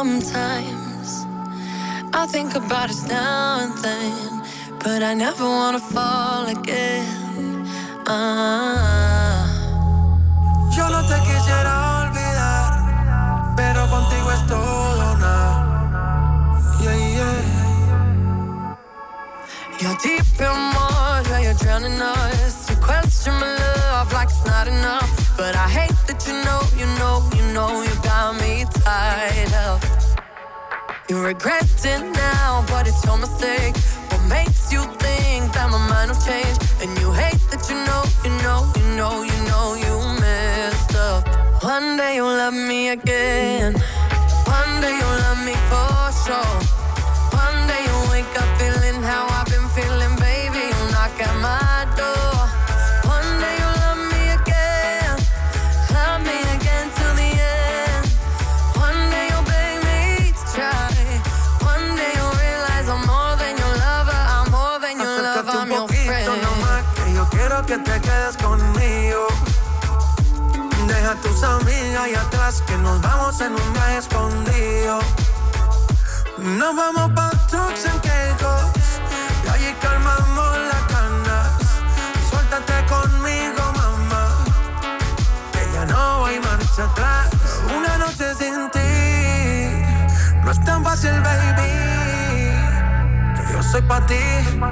Sometimes I think about us now and then, but I never wanna fall again. Yo no te quisiera olvidar, pero contigo es todo nada. Yeah, yeah. You're deep in water, you're drowning us. You question my love like it's not enough, but I hate that you know you got me tied up. You regret it now, but it's your mistake. What makes you think that my mind will change? And you hate that you messed up. One day you'll love me again. One day you'll love me for sure. One day you'll wake up feeling how I've been feeling, baby. You'll knock at my door. One day you'll love me again till the end. One day you'll beg me to try. One day you'll realize I'm more than your lover. I'm more than your lover. I'm your friend. Nomás que yo quiero que te quedes conmigo. Deja tus amigas y atrás que nos vamos en un viaje escondido. Nos vamos pa' Turks and Caicos y allí calmamos las ganas. Suéltate conmigo, mamá, que ya no hay marcha atrás. Una noche sin ti no es tan fácil, baby, que yo soy pa' ti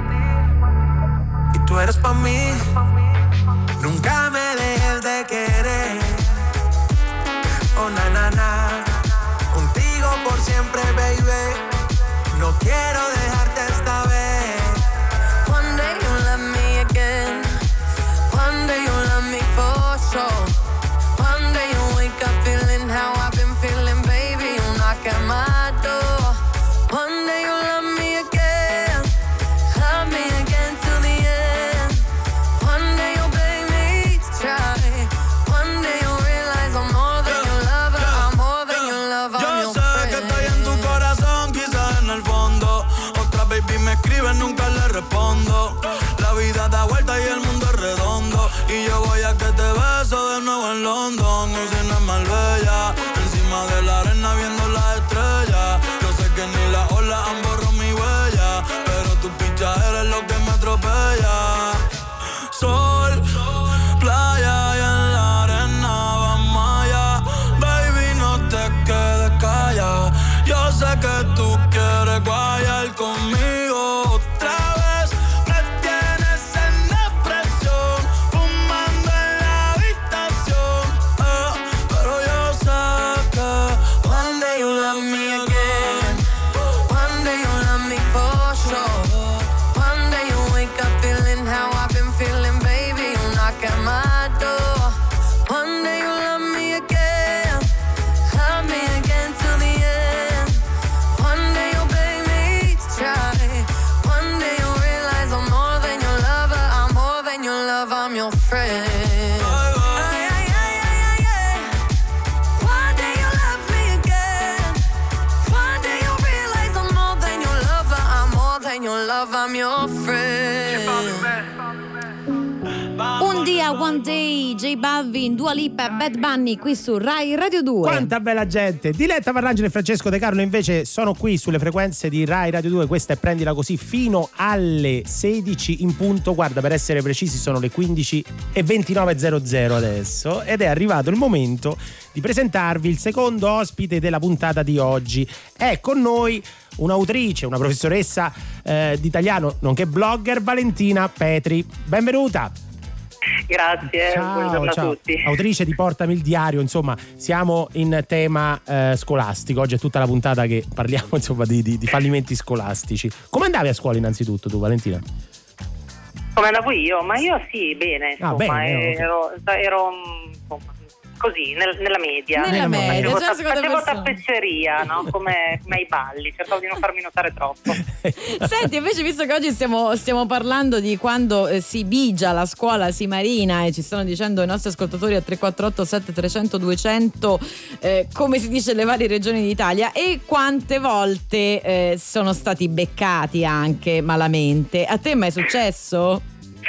y tú eres pa' mí. Nunca me dejes de querer. Oh, na, na, na. Contigo por siempre, baby. No quiero dejarte esta vez. One day you'll love me again. One day you'll love me for sure. One day you'll wake up feeling how I've been feeling, baby. You'll knock at my door. One day you'll love me again till the end. One day you'll beg me to try. One day you'll realize I'm more than your lover. I'm more than your lover. I'm your friend. Que estoy en tu corazón, quizás en el fondo. Otra baby me escribe, nunca le respondo. La vida da vuelta y el mundo es redondo. Y yo voy a que te beso de nuevo en London. Usina es Marbella, encima de la arena viendo las estrellas. Yo sé que ni las olas han borrado mi huella, pero tu picha eres lo que me atropella. Sol, playa y en la arena vamos allá. Baby, no te quedes callada. Yo sé que tú quieres guayar conmigo otra vez. Me tienes en depresión, fumando en la habitación. Pero yo sé que one day you'll love me again. One day you'll love me for sure. One day you'll wake up feeling how I've been feeling, baby. You'll knock at my door. One day you'll love me again till the end. One day you'll beg me to try. One day you'll realize I'm more than your lover. I'm more than your lover. I'm your friend. One day you'll love me again. One day you'll realize I'm more than your lover. I'm more than your lover. I'm your friend. Un dia, one day, J Balvin, Dua Lipa, Bad Bunny qui su Rai Radio 2. Quanta bella gente. Diletta Parlangeli e Francesco De Carlo invece sono qui sulle frequenze di Rai Radio 2. Questa è Prendila Così fino alle 16 in punto. Guarda, per essere precisi sono le 15:29:00 adesso ed è arrivato il momento di presentarvi il secondo ospite della puntata di oggi. È con noi un'autrice, una professoressa di italiano nonché blogger, Valentina Petri. Benvenuta. Grazie, buongiorno a tutti. Autrice di Portami il diario, insomma, siamo in tema scolastico. Oggi è tutta la puntata che parliamo, insomma, di fallimenti scolastici. Come andavi a scuola innanzitutto tu, Valentina? Come andavo io? Ma io sì, bene, insomma, bene, ero insomma, così, nella media. Nella media, facevo tappezzeria, no? Come ai balli, cercavo di non farmi notare troppo. Senti, invece, visto che oggi stiamo parlando di quando si bigia la scuola, si marina, e ci stanno dicendo i nostri ascoltatori a 348 7300 200 come si dice le varie regioni d'Italia e quante volte sono stati beccati anche malamente. A te mai è successo?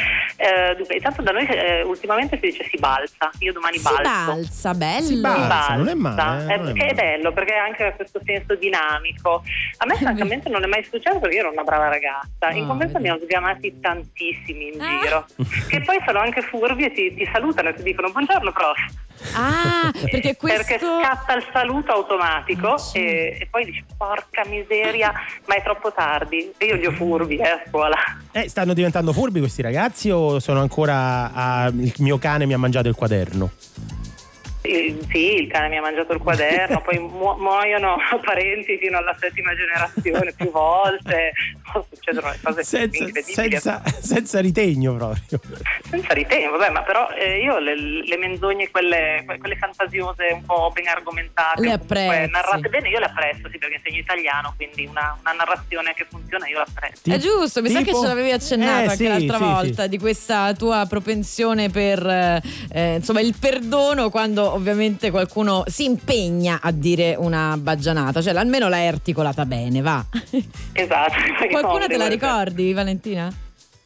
Dunque, intanto da noi ultimamente si dice si balza. Io domani si balzo. Balza, bello. Si balza, non è male. È bello perché ha anche questo senso dinamico. A me francamente non è mai successo perché io ero una brava ragazza. In convento ne ho sgamati tantissimi in giro. Che poi sono anche furbi e ti salutano e ti dicono buongiorno prof. Perché scatta il saluto automatico e poi dici porca miseria, ma è troppo tardi. E io li ho furbi a scuola. Stanno diventando furbi questi ragazzi o sono ancora il mio cane mi ha mangiato il quaderno? Sì, il cane mi ha mangiato il quaderno, poi muoiono parenti fino alla 7ª generazione più volte, succedono le cose incredibili. Senza ritegno proprio. Senza ritegno, vabbè, ma però io le menzogne, quelle fantasiose, un po' ben argomentate, narrate bene, io le apprezzo, sì, perché insegno italiano, quindi una narrazione che funziona io l'apprezzo. È giusto, mi sa che ce l'avevi accennato anche l'altra volta, di questa tua propensione per insomma il perdono quando ovviamente qualcuno si impegna a dire una baggianata, cioè almeno l'hai articolata bene, va. Esatto. Qualcuna te la ricordi, Valentina?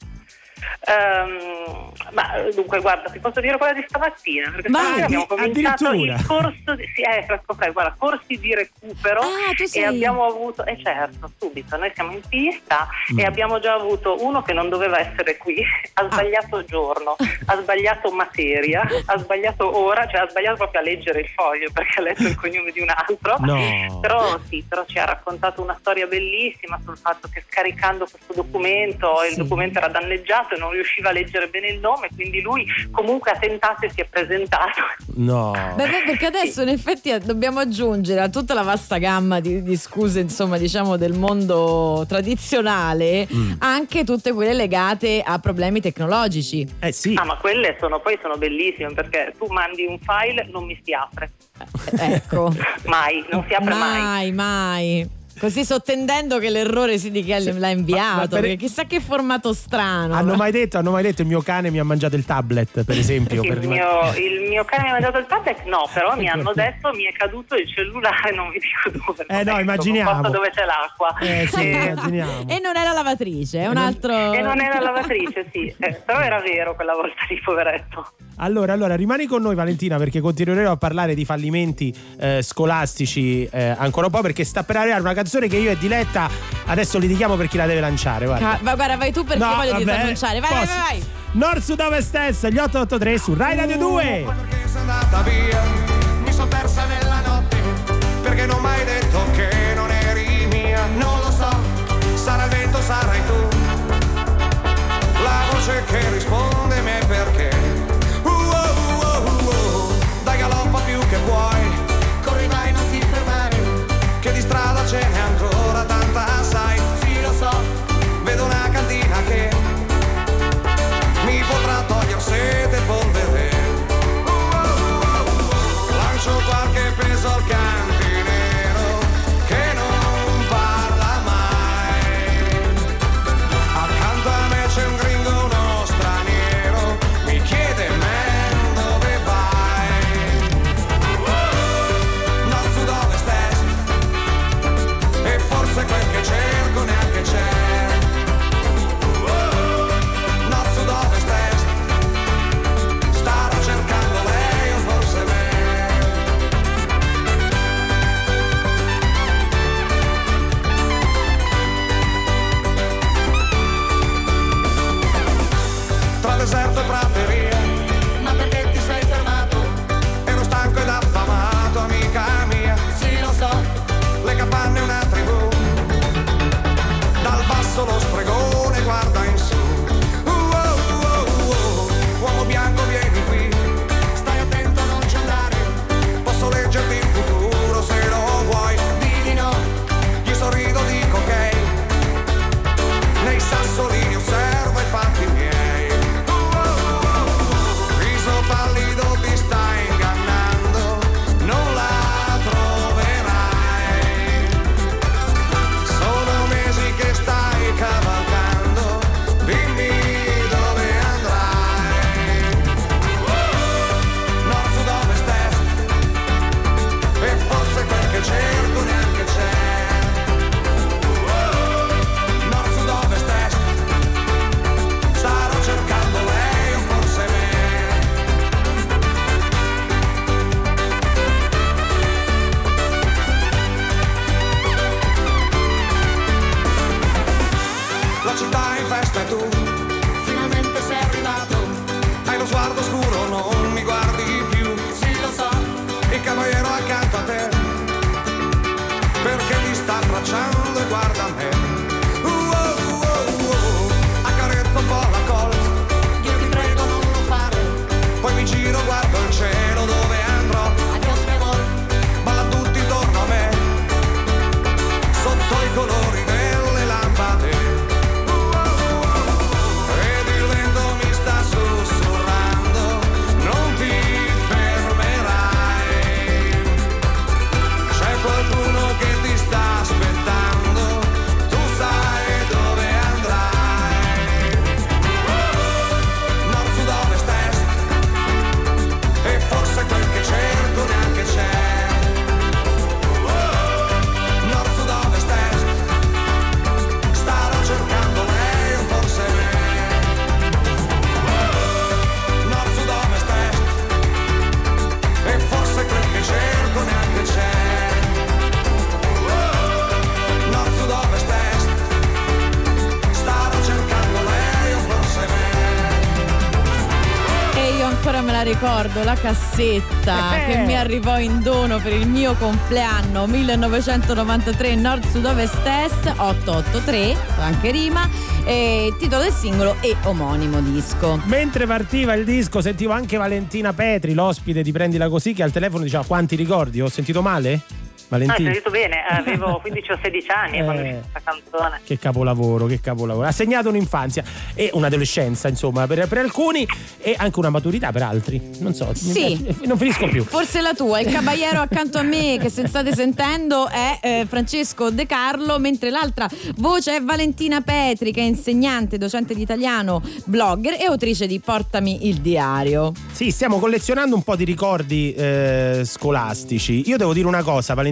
Ma dunque guarda, ti posso dire quella di stamattina, perché stamattina abbiamo cominciato il corso corsi di recupero e abbiamo avuto certo, subito noi siamo in pista e abbiamo già avuto uno che non doveva essere qui, ha sbagliato giorno, ha sbagliato materia, ha sbagliato ora, cioè ha sbagliato proprio a leggere il foglio perché ha letto il cognome di un altro. Però ci ha raccontato una storia bellissima sul fatto che scaricando questo documento il documento era danneggiato e non riusciva a leggere bene il nome, quindi lui comunque ha tentato e si è presentato. Perché adesso in effetti dobbiamo aggiungere a tutta la vasta gamma di scuse, insomma, diciamo del mondo tradizionale, anche tutte quelle legate a problemi tecnologici. Ma quelle sono bellissime, perché tu mandi un file, non mi si apre. Ecco. Non si apre mai. Così sottendendo che l'errore si dica che l'ha inviato, perché chissà che formato strano. Hanno mai detto il mio cane mi ha mangiato il tablet, per esempio? Il mio cane mi ha mangiato il tablet, no, però mi hanno detto mi è caduto il cellulare, non vi dico dove. Immaginiamo. Un posto dove c'è l'acqua. Immaginiamo. E non era lavatrice, è un altro. E non era lavatrice, sì. Però era vero quella volta lì, poveretto. Allora, rimani con noi, Valentina, perché continueremo a parlare di fallimenti scolastici ancora un po', perché sta per arrivare una canzone che io e Diletta adesso litighiamo per chi la deve lanciare. Guarda, vai tu perché voglio disannunciare. Vai. Nord, Sud, Ovest, Est, gli 883 su Rai Radio 2. Perché sei andata via, mi son persa nella notte, perché non m'hai detto che non eri mia. Non lo so, sarà il vento, sarai tu, la voce che risponde me perché. Dai galoppa più che puoi, corri vai non ti fermare, che di strada ce n'è ancora tanta, sai. Sì lo so, vedo una cantina che mi potrà togliere sete e polvere. Lancio qualche peso al cantinero che non parla mai. festa e tu finalmente sei arrivato. Hai lo sguardo scuro, non mi guardi più. Sì, lo so, il cavaliere accanto a te, perché ti sta abbracciando e guarda me. Accarezzo un po' la colla, io ti prego non lo fare. Poi mi giro, guardo il cielo dove andrò. Adios mi amor, balla tutti intorno a me, sotto i colori delle lampade. Ed il vento mi sta sussurrando, non ti fermerai. C'è qualcuno che ti sta aspettando, tu sai dove andrai. Nord, sud, ovest, est, e forse quel che cerco neanche c'è. Nord, sud, ovest, est, starò cercando lei o forse me. Nord, sud, ovest, est, e forse quel che cerco neanche c'è. Nord, sud, ovest, est, starò cercando lei o forse me. E io ancora me la ricordo, la cassetta che mi arrivò in dono per il mio compleanno 1993, Nord, Sud, Ovest, Est 883, anche rima, e titolo del singolo e omonimo disco. Mentre partiva il disco sentivo anche Valentina Petri, l'ospite di Prendila Così, che al telefono diceva: quanti ricordi? Ho sentito male? Valentina? Hai detto bene, avevo 15 o 16 anni quando c'è questa canzone. Che capolavoro. Ha segnato un'infanzia e un'adolescenza, insomma, per alcuni, e anche una maturità per altri. Non so, sì, non finisco più. Forse la tua. Il caballero accanto a me, che se state sentendo, è Francesco De Carlo, mentre l'altra voce è Valentina Petri, che è insegnante, docente di italiano, blogger e autrice di Portami il diario. Sì, stiamo collezionando un po' di ricordi scolastici. Io devo dire una cosa, Valentina.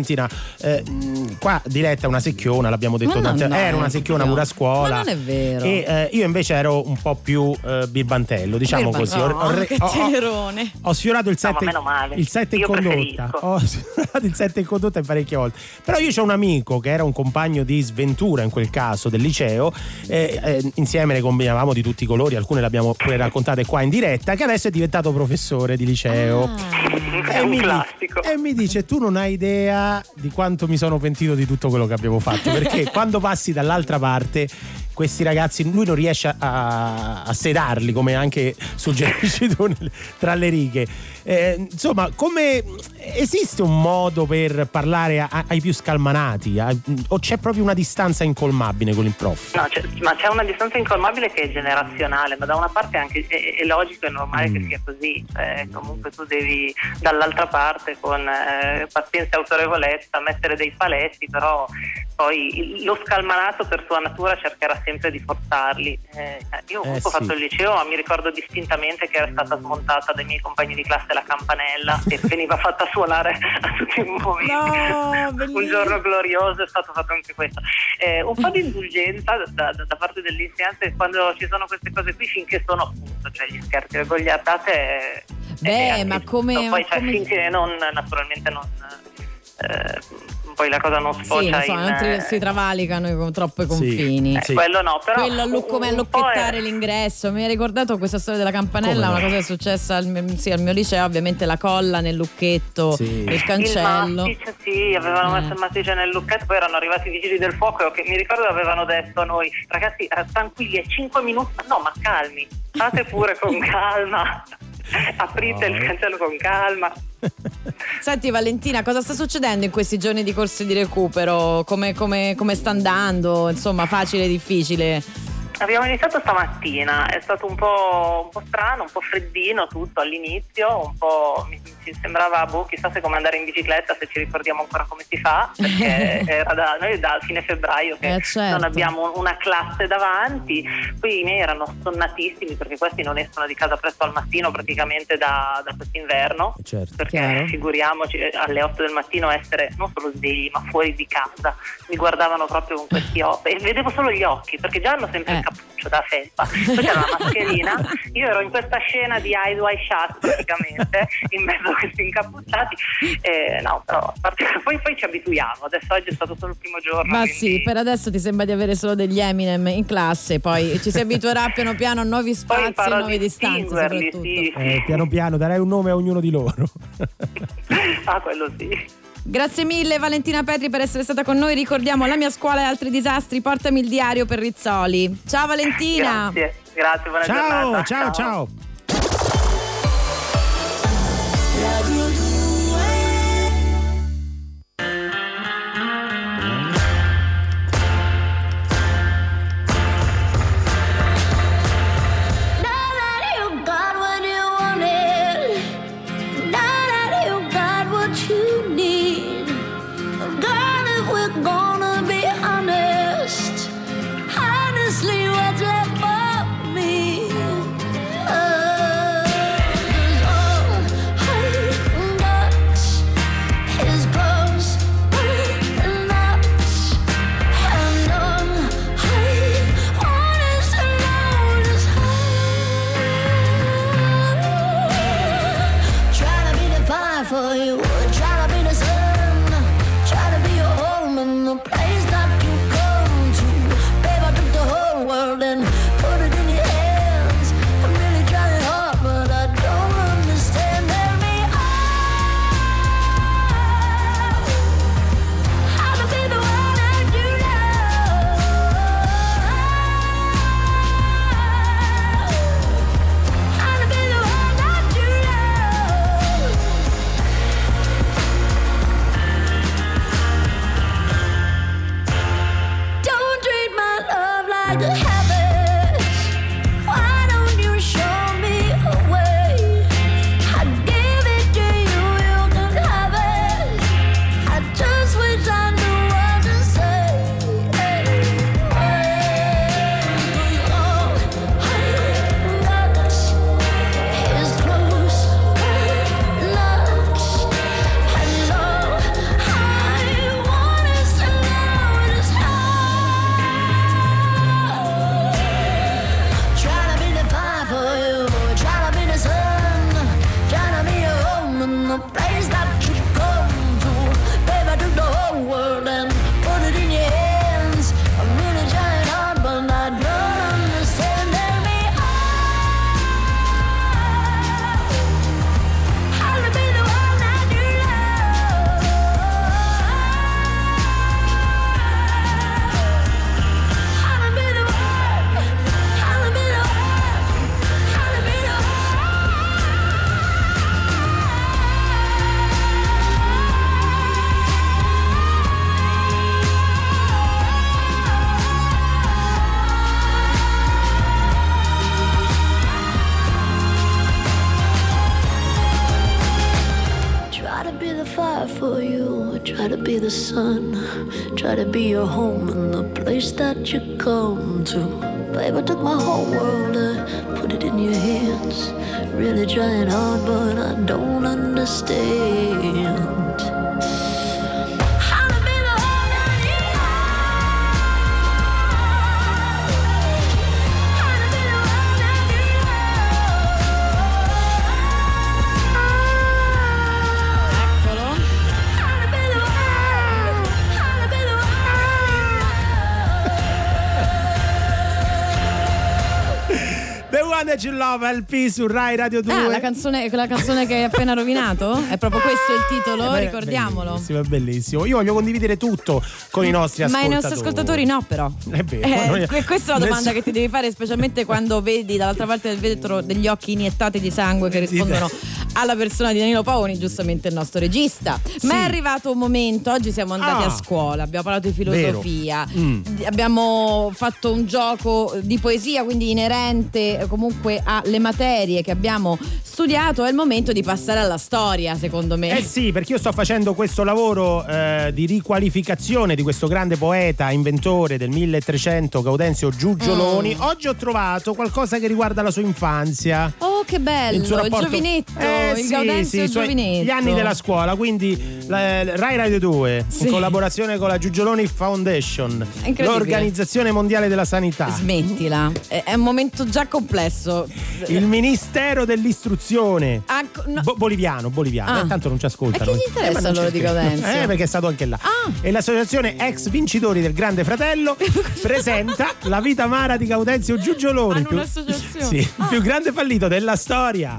Qua Diletta è una secchiona, l'abbiamo detto tante volte. Era una secchiona pure a scuola. Ma non è vero. E io invece ero un po' più birbantello, diciamo così. Che tenerone. Ho sfiorato il 7 in condotta. Ho sfiorato il 7 in condotta parecchie volte. Però io c'ho un amico che era un compagno di sventura, in quel caso del liceo, insieme ne combinavamo di tutti i colori, alcune le abbiamo pure raccontate qua in diretta, che adesso è diventato professore di liceo. È un classico. E mi dice: tu non hai idea di quanto mi sono pentito di tutto quello che abbiamo fatto, perché quando passi dall'altra parte questi ragazzi lui non riesce a sedarli, come anche suggerisci tu tra le righe. Insomma, come esiste un modo per parlare ai più scalmanati, o c'è proprio una distanza incolmabile con il prof? No, ma c'è una distanza incolmabile che è generazionale, ma da una parte anche è logico e normale che sia così. Comunque tu devi dall'altra parte con pazienza e autorevolezza mettere dei paletti, però poi lo scalmanato per sua natura cercherà sempre di forzarli. Io ho fatto il liceo, ma mi ricordo distintamente che era stata smontata dai miei compagni di classe la campanella e veniva fatta suonare a tutti i momenti. Un giorno glorioso è stato fatto anche questo. Un po' di indulgenza da parte dell'insegnante quando ci sono queste cose qui, finché sono appunto, cioè gli scherzi, le gogliatate. Ma come poi finché non, naturalmente non poi la cosa non sfocia non si travalicano con troppe confini. Quello no, però quello come allocchettare l'ingresso. Mi ha ricordato questa storia della campanella, una cosa che è successa al mio liceo, ovviamente la colla nel lucchetto, il cancello. Il mastice, avevano messo il mastice nel lucchetto, poi erano arrivati i vigili del fuoco che mi ricordo avevano detto a noi: ragazzi, tranquilli, è 5 minuti, no, ma calmi, fate pure con calma. Aprite il cancello con calma. Senti Valentina, cosa sta succedendo in questi giorni di corsi di recupero? Come sta andando? Insomma, facile, difficile? Abbiamo iniziato stamattina, è stato un po' strano, un po' freddino tutto all'inizio, un po' mi sembrava, chissà se come andare in bicicletta, se ci ricordiamo ancora come si fa, perché era noi da fine febbraio che non abbiamo una classe davanti. Poi i miei erano sonnatissimi perché questi non escono di casa presto al mattino praticamente da quest'inverno, perché figuriamoci alle 8 del mattino essere non solo svegli ma fuori di casa. Mi guardavano proprio con questi occhi e vedevo solo gli occhi, perché già hanno sempre cappuccio da felpa, poi c'era la mascherina, io ero in questa scena di Eyes Wide Shut praticamente in mezzo a questi incappucciati, no, però a parte, poi ci abituiamo, adesso oggi è stato solo il primo giorno. Ma quindi... sì, per adesso ti sembra di avere solo degli Eminem in classe, poi ci si abituerà piano piano a nuovi spazi, a nuove distanze soprattutto. Sì. Piano piano darai un nome a ognuno di loro. Ah, quello sì. Grazie mille Valentina Petri per essere stata con noi. Ricordiamo La mia scuola e altri disastri, portami il diario per Rizzoli. Ciao Valentina. Grazie, buona giornata. Ciao. Try to be the sun, try to be your home and the place that you come to. Babe, I took my whole world, I put it in your hands. Really trying hard, but I don't understand. One Love LP su Rai Radio 2. Ah, quella canzone che hai appena rovinato? È proprio questo il titolo, ricordiamolo. Bellissimo, è bellissimo. Io voglio condividere tutto con i nostri ascoltatori. Ma i nostri ascoltatori no, però. È vero. Questa è la domanda che ti devi fare, specialmente quando vedi dall'altra parte del vetro degli occhi iniettati di sangue che rispondono alla persona di Danilo Paoni, giustamente il nostro regista. Sì. Ma è arrivato un momento, oggi siamo andati a scuola, abbiamo parlato di filosofia, abbiamo fatto un gioco di poesia, quindi inerente comunque alle materie che abbiamo studiato. È il momento di passare alla storia, secondo me. Eh sì, perché io sto facendo questo lavoro di riqualificazione di questo grande poeta, inventore del 1300, Gaudenzio Giugioloni. Oggi ho trovato qualcosa che riguarda la sua infanzia. Oh, che bello, il giovinetto, il Gaudenzio giovinetto. Gli anni della scuola, quindi Rai Radio 2 in collaborazione con la Giugioloni Foundation, l'Organizzazione Mondiale della Sanità. Smettila, è un momento già complesso. Il Ministero dell'Istruzione boliviano, tanto non ci ascoltano. E che gli interessa loro di Gaudenzio? Perché è stato anche là. E l'associazione ex vincitori del Grande Fratello presenta La vita amara di Gaudenzio Giugioloni, il più grande fallito della storia.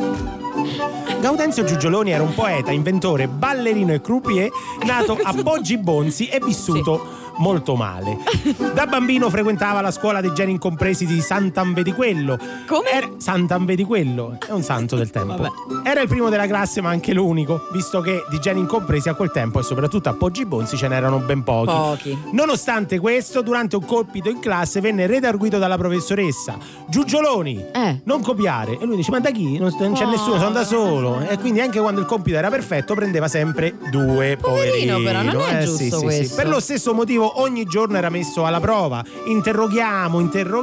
Gaudenzio Giugioloni era un poeta, inventore, ballerino e croupier nato a Poggi Bonzi e vissuto molto male. Da bambino frequentava la scuola dei geni incompresi di Sant'Anvediquello. Come? Sant'Anvediquello è un santo del tempo. Vabbè. Era il primo della classe, ma anche l'unico, visto che di geni incompresi a quel tempo e soprattutto a Poggi Bonzi ce n'erano ben pochi. Nonostante questo, durante un compito in classe venne redarguito dalla professoressa: Giugioloni, non copiare. E lui dice: ma da chi? Non c'è nessuno, sono da solo. E quindi anche quando il compito era perfetto prendeva sempre 2. Poverino, però non è giusto questo. Sì. Per lo stesso motivo ogni giorno era messo alla prova. Interroghiamo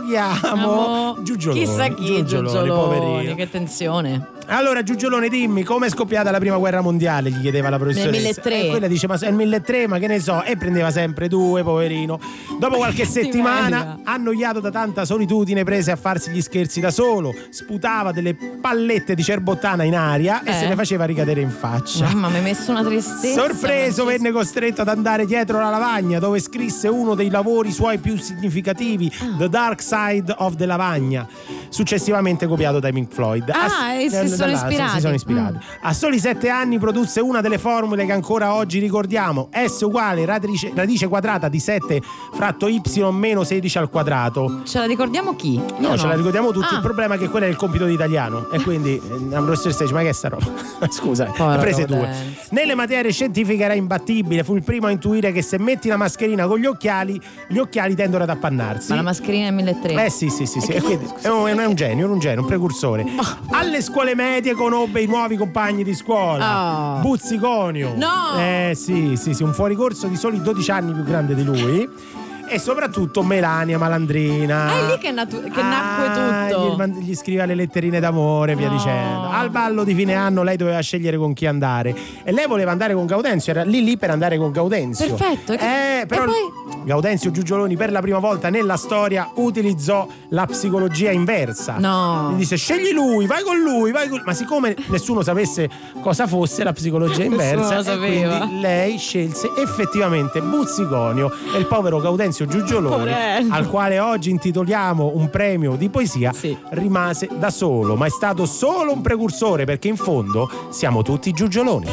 Giugioloni. Chissà chi Giugioloni, poverino. Che tensione. Allora Giugioloni, dimmi, come è scoppiata la prima guerra mondiale? Gli chiedeva la professoressa. Nel 1300. E quella dice: ma è il 1300, ma che ne so. E prendeva sempre 2, poverino. Dopo qualche settimana, annoiato da tanta solitudine, prese a farsi gli scherzi da solo, sputava delle pallette di cerbottana in aria e se le faceva ricadere in faccia. Mamma, mi hai messo una tristezza. Sorpreso, venne costretto ad andare dietro la lavagna, dove scrisse uno dei lavori suoi più significativi, The Dark Side of the Lavagna, successivamente copiato dai Pink Floyd. Si sono ispirati. A soli 7 anni produsse una delle formule che ancora oggi ricordiamo: S uguale radice quadrata di 7 fratto y meno 16 al quadrato. Ce la ricordiamo chi? No, ce la ricordiamo tutti. Il problema è che quello è il compito di italiano e quindi la professoressa dice: ma che è sta roba? Scusa, ne prese 2. Nelle materie scientifiche era imbattibile, fu il primo a intuire che se metti la mascherina con gli occhiali tendono ad appannarsi. Ma la mascherina è 1300. Sì. E quindi è un genio, un precursore. Alle scuole medie conobbe i nuovi compagni di scuola. Buzziconio. No! Sì, un fuoricorso di soli 12 anni più grande di lui. E soprattutto Melania Malandrina. È lì che nacque tutto. Gli scriveva le letterine d'amore, via dicendo. Al ballo di fine anno lei doveva scegliere con chi andare e lei voleva andare con Gaudenzio, era lì per andare con Gaudenzio. Perfetto. Però Gaudenzio Giugioloni per la prima volta nella storia utilizzò la psicologia inversa. No. Gli disse: scegli lui, vai con lui. Ma siccome nessuno sapesse cosa fosse la psicologia inversa, quindi lei scelse effettivamente Buzziconio e il povero Gaudenzio Giugioloni, al quale oggi intitoliamo un premio di poesia, rimase da solo, ma è stato solo un precursore, perché in fondo siamo tutti Giugioloni.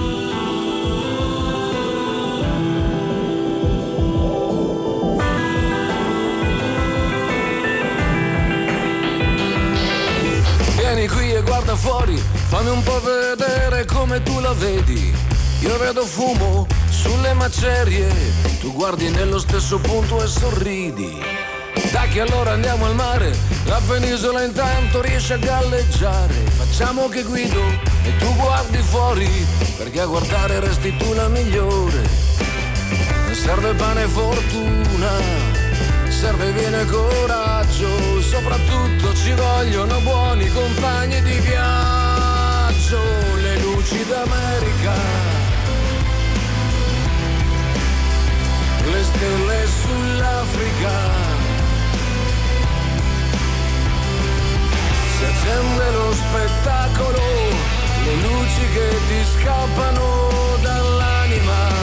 Vieni qui e guarda fuori, fammi un po' vedere come tu la vedi. Io vedo fumo sulle macerie, tu guardi nello stesso punto e sorridi. Dai che allora andiamo al mare, la penisola intanto riesce a galleggiare. Facciamo che guido e tu guardi fuori, perché a guardare resti tu la migliore. Non serve pane e fortuna, serve bene e coraggio, soprattutto ci vogliono buoni compagni di viaggio. Le luci d'America, le stelle sull'Africa, si accende lo spettacolo, le luci che ti scappano dall'anima.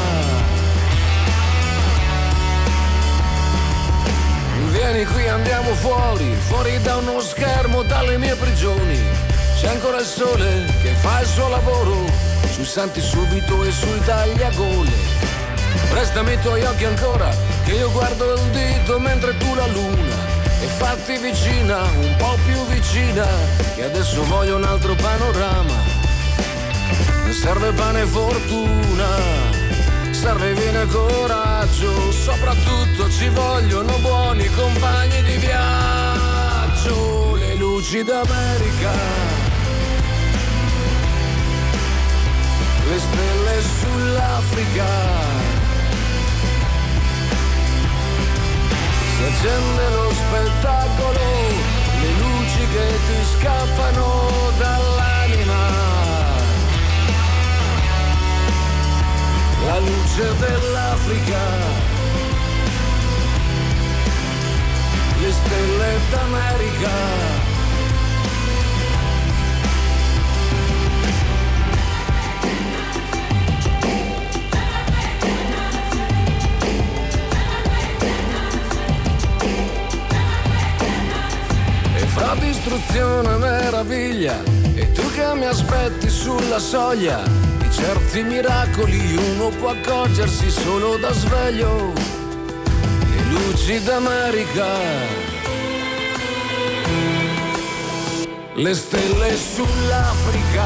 Vieni qui, andiamo fuori da uno schermo, dalle mie prigioni. C'è ancora il sole che fa il suo lavoro, sui santi subito e sui tagliagole. Prestami i tuoi occhi ancora, che io guardo il dito mentre tu la luna. E fatti vicina, un po' più vicina, che adesso voglio un altro panorama. Non serve pane e fortuna, serve bene e coraggio, soprattutto ci vogliono buoni compagni di viaggio. Le luci d'America, le stelle sull'Africa, si accende lo spettacolo, le luci che ti scappano luce dell'Africa, le stelle d'America. Fra distruzione e meraviglia, e tu che mi aspetti sulla soglia di certi miracoli, uno può accorgersi solo da sveglio. Le luci d'America, le stelle sull'Africa,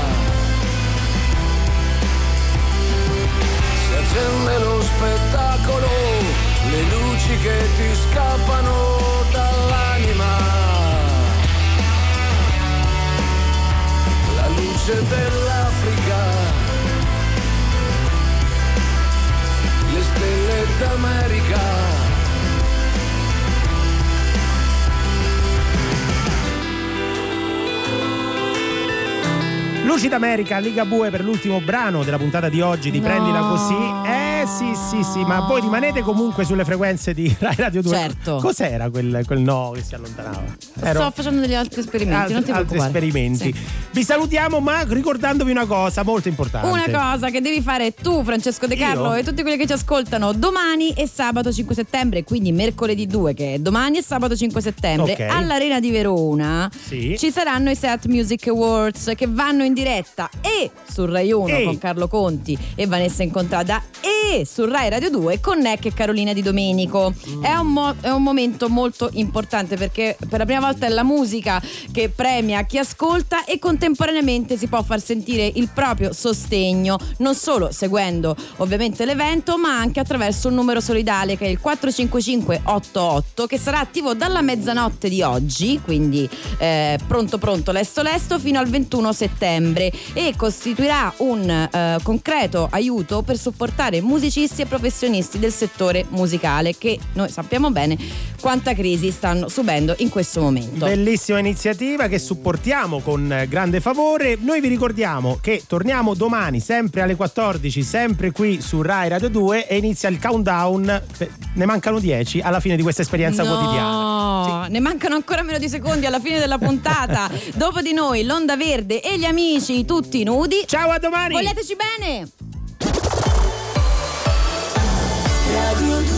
si accende lo spettacolo, le luci che ti scappano dall'anima. Luce dell'Africa, le stelle d'America. Luci d'America, Ligabue per l'ultimo brano della puntata di oggi di Prendila Così. Sì, ma voi rimanete comunque sulle frequenze di Rai Radio 2. Certo. Cos'era quel no che si allontanava? Sto facendo degli altri esperimenti, non ti preoccupare. Altri esperimenti. Sì. Vi salutiamo, ma ricordandovi una cosa molto importante. Una cosa che devi fare tu, Francesco De Carlo, e tutti quelli che ci ascoltano domani e sabato 5 settembre, quindi mercoledì 2, che è domani e sabato 5 settembre, okay, all'Arena di Verona ci saranno i Set Music Awards che vanno in diretta e su Rai 1 con Carlo Conti e Vanessa Incontrada e su Rai Radio 2 con Neck e Carolina Di Domenico. È un momento molto importante perché per la prima volta è la musica che premia chi ascolta e contemporaneamente si può far sentire il proprio sostegno, non solo seguendo ovviamente l'evento, ma anche attraverso un numero solidale che è il 45588, che sarà attivo dalla mezzanotte di oggi, quindi pronto lesto fino al 21 settembre, e costituirà un concreto aiuto per supportare musicisti e professionisti del settore musicale che noi sappiamo bene quanta crisi stanno subendo in questo momento. Bellissima iniziativa che supportiamo con grande favore. Noi vi ricordiamo che torniamo domani sempre alle 14, sempre qui su Rai Radio 2, e inizia il countdown. Ne mancano 10 alla fine di questa esperienza quotidiana. Ne mancano ancora meno di secondi alla fine della puntata. Dopo di noi l'Onda Verde e gli amici tutti nudi. Ciao, a domani. Vogliateci bene. Radio